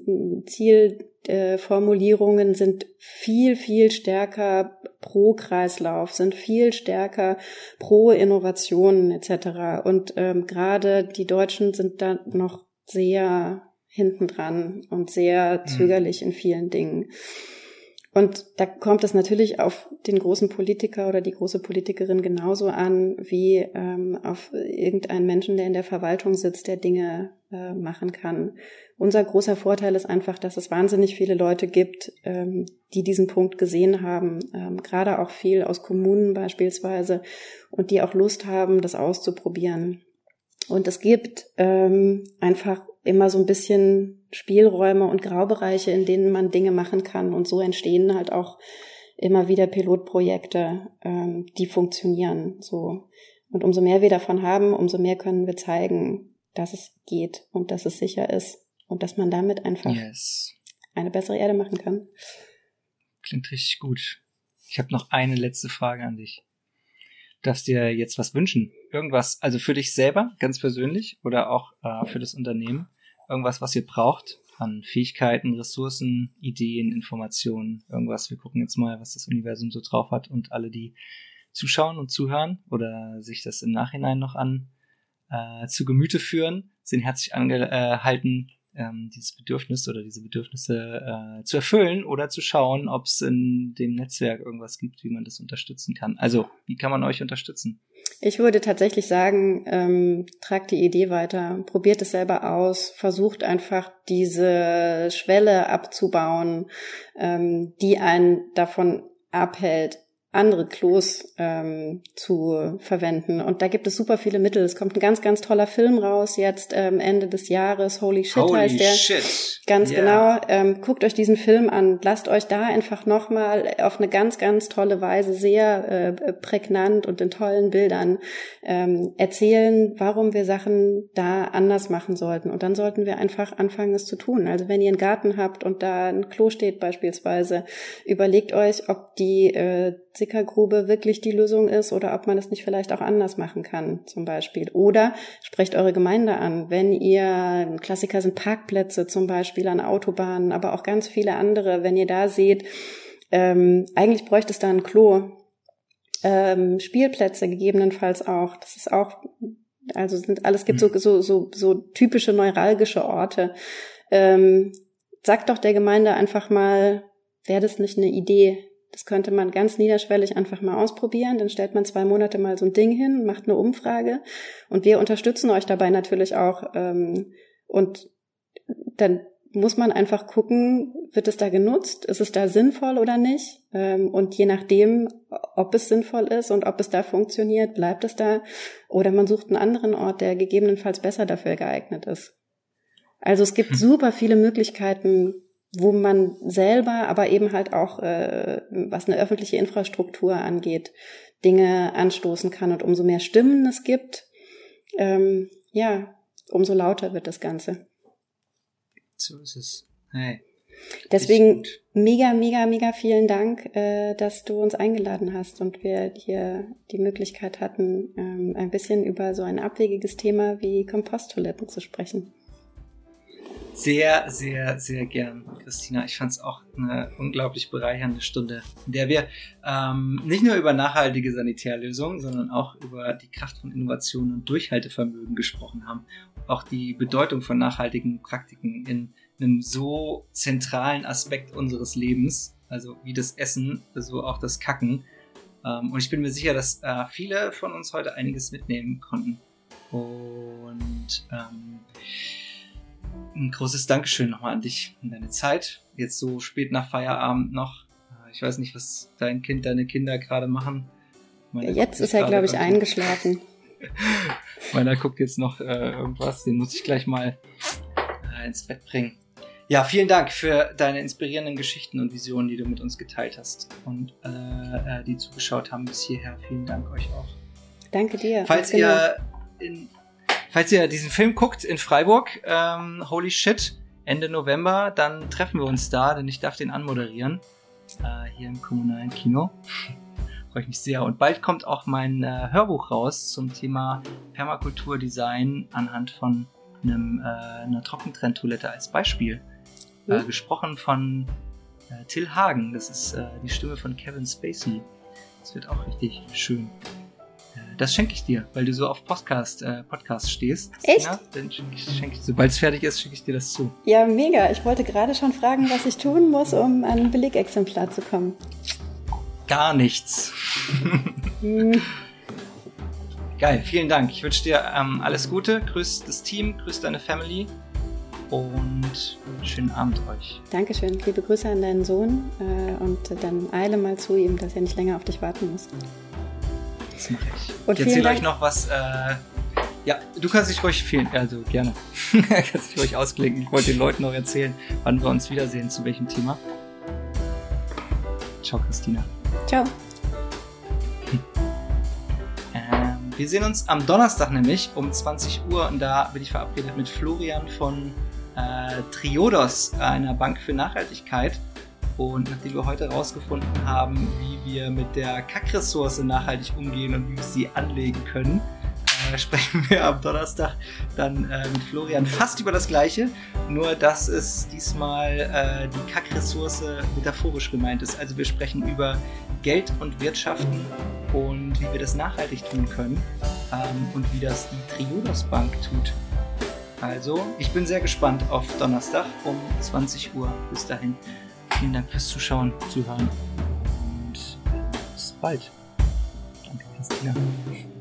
E: Zielformulierungen sind viel, viel stärker pro Kreislauf, sind viel stärker pro Innovationen etc. Und gerade die Deutschen sind da noch sehr hintendran und sehr zögerlich in vielen Dingen. Und da kommt es natürlich auf den großen Politiker oder die große Politikerin genauso an, wie auf irgendeinen Menschen, der in der Verwaltung sitzt, der Dinge machen kann. Unser großer Vorteil ist einfach, dass es wahnsinnig viele Leute gibt, die diesen Punkt gesehen haben, gerade auch viel aus Kommunen beispielsweise, und die auch Lust haben, das auszuprobieren. Und es gibt einfach immer so ein bisschen Spielräume und Graubereiche, in denen man Dinge machen kann. Und so entstehen halt auch immer wieder Pilotprojekte, die funktionieren. So. Und umso mehr wir davon haben, umso mehr können wir zeigen, dass es geht und dass es sicher ist und dass man damit einfach eine bessere Erde machen kann.
D: Klingt richtig gut. Ich habe noch eine letzte Frage an dich. Du darfst dir jetzt was wünschen. Irgendwas, also für dich selber, ganz persönlich, oder auch für das Unternehmen. Irgendwas, was ihr braucht an Fähigkeiten, Ressourcen, Ideen, Informationen. Irgendwas, wir gucken jetzt mal, was das Universum so drauf hat, und alle, die zuschauen und zuhören oder sich das im Nachhinein noch zu Gemüte führen, sind herzlich angehalten, dieses Bedürfnis oder diese Bedürfnisse zu erfüllen oder zu schauen, ob es in dem Netzwerk irgendwas gibt, wie man das unterstützen kann. Also, wie kann man euch unterstützen?
E: Ich würde tatsächlich sagen, tragt die Idee weiter, probiert es selber aus, versucht einfach diese Schwelle abzubauen, die einen davon abhält, andere Klos zu verwenden. Und da gibt es super viele Mittel. Es kommt ein ganz, ganz toller Film raus jetzt Ende des Jahres. Holy Shit heißt der.
D: Shit.
E: Ganz genau. Guckt euch diesen Film an. Lasst euch da einfach nochmal auf eine ganz, ganz tolle Weise sehr prägnant und in tollen Bildern erzählen, warum wir Sachen da anders machen sollten. Und dann sollten wir einfach anfangen, es zu tun. Also wenn ihr einen Garten habt und da ein Klo steht beispielsweise, überlegt euch, ob die Sickergrube wirklich die Lösung ist oder ob man es nicht vielleicht auch anders machen kann, zum Beispiel. Oder sprecht eure Gemeinde an. Wenn ihr, ein Klassiker sind Parkplätze zum Beispiel an Autobahnen, aber auch ganz viele andere, wenn ihr da seht, eigentlich bräuchte es da ein Klo, Spielplätze gegebenenfalls auch. Das ist auch, also es gibt so typische neuralgische Orte. Sagt doch der Gemeinde einfach mal, wäre das nicht eine Idee? Das könnte man ganz niederschwellig einfach mal ausprobieren. Dann stellt man 2 Monate mal so ein Ding hin, macht eine Umfrage, und wir unterstützen euch dabei natürlich auch. Und dann muss man einfach gucken, wird es da genutzt? Ist es da sinnvoll oder nicht? Und je nachdem, ob es sinnvoll ist und ob es da funktioniert, bleibt es da. Oder man sucht einen anderen Ort, der gegebenenfalls besser dafür geeignet ist. Also es gibt super viele Möglichkeiten, wo man selber, aber eben halt auch, was eine öffentliche Infrastruktur angeht, Dinge anstoßen kann. Und umso mehr Stimmen es gibt, umso lauter wird das Ganze.
D: So ist es. Hey.
E: Deswegen mega, mega, mega vielen Dank, dass du uns eingeladen hast und wir hier die Möglichkeit hatten, ein bisschen über so ein abwegiges Thema wie Komposttoiletten zu sprechen.
D: Sehr, sehr, sehr gern, Christina. Ich fand es auch eine unglaublich bereichernde Stunde, in der wir nicht nur über nachhaltige Sanitärlösungen, sondern auch über die Kraft von Innovation und Durchhaltevermögen gesprochen haben. Auch die Bedeutung von nachhaltigen Praktiken in einem so zentralen Aspekt unseres Lebens, also wie das Essen, so auch das Kacken. Und ich bin mir sicher, dass viele von uns heute einiges mitnehmen konnten. Und ein großes Dankeschön nochmal an dich und deine Zeit. Jetzt so spät nach Feierabend noch. Ich weiß nicht, was deine Kinder gerade machen.
E: Jetzt ist er, glaube ich, eingeschlafen.
D: Meiner guckt jetzt noch irgendwas. Den muss ich gleich mal ins Bett bringen. Ja, vielen Dank für deine inspirierenden Geschichten und Visionen, die du mit uns geteilt hast. Und die zugeschaut haben bis hierher, vielen Dank euch auch.
E: Danke dir.
D: Falls ihr diesen Film guckt in Freiburg, Holy Shit, Ende November, dann treffen wir uns da, denn ich darf den anmoderieren, hier im kommunalen Kino. Freue ich mich sehr. Und bald kommt auch mein Hörbuch raus zum Thema Permakulturdesign anhand von einer Trockentrenntoilette als Beispiel. Gesprochen von Till Hagen, das ist die Stimme von Kevin Spacey. Das wird auch richtig schön. Das schenke ich dir, weil du so auf Podcast stehst.
E: Echt?
D: Ja, dann schenke ich, sobald es fertig ist, schicke ich dir das zu.
E: Ja, mega. Ich wollte gerade schon fragen, was ich tun muss, um an ein Belegexemplar zu kommen.
D: Gar nichts. Geil, vielen Dank. Ich wünsche dir alles Gute. Grüß das Team, grüß deine Family und schönen Abend euch.
E: Dankeschön. Liebe Grüße an deinen Sohn und dann eile mal zu ihm, dass er nicht länger auf dich warten muss.
D: Das mache ich.
E: Und
D: ich erzähle euch noch was. Ja, du kannst dich ruhig also gerne. Kannst dich ruhig ausklinken. Ich wollte den Leuten noch erzählen, wann wir uns wiedersehen, zu welchem Thema. Ciao, Christina.
E: Ciao.
D: Wir sehen uns am Donnerstag nämlich um 20 Uhr und da bin ich verabredet mit Florian von Triodos, einer Bank für Nachhaltigkeit. Und nachdem wir heute herausgefunden haben, wie wir mit der Kackressource nachhaltig umgehen und wie wir sie anlegen können, sprechen wir am Donnerstag dann mit Florian fast über das Gleiche, nur dass es diesmal die Kackressource metaphorisch gemeint ist. Also wir sprechen über Geld und Wirtschaften und wie wir das nachhaltig tun können und wie das die Triodos Bank tut. Also, ich bin sehr gespannt auf Donnerstag um 20 Uhr. Bis dahin, vielen Dank fürs Zuschauen, Zuhören und bis bald. Danke, Christina.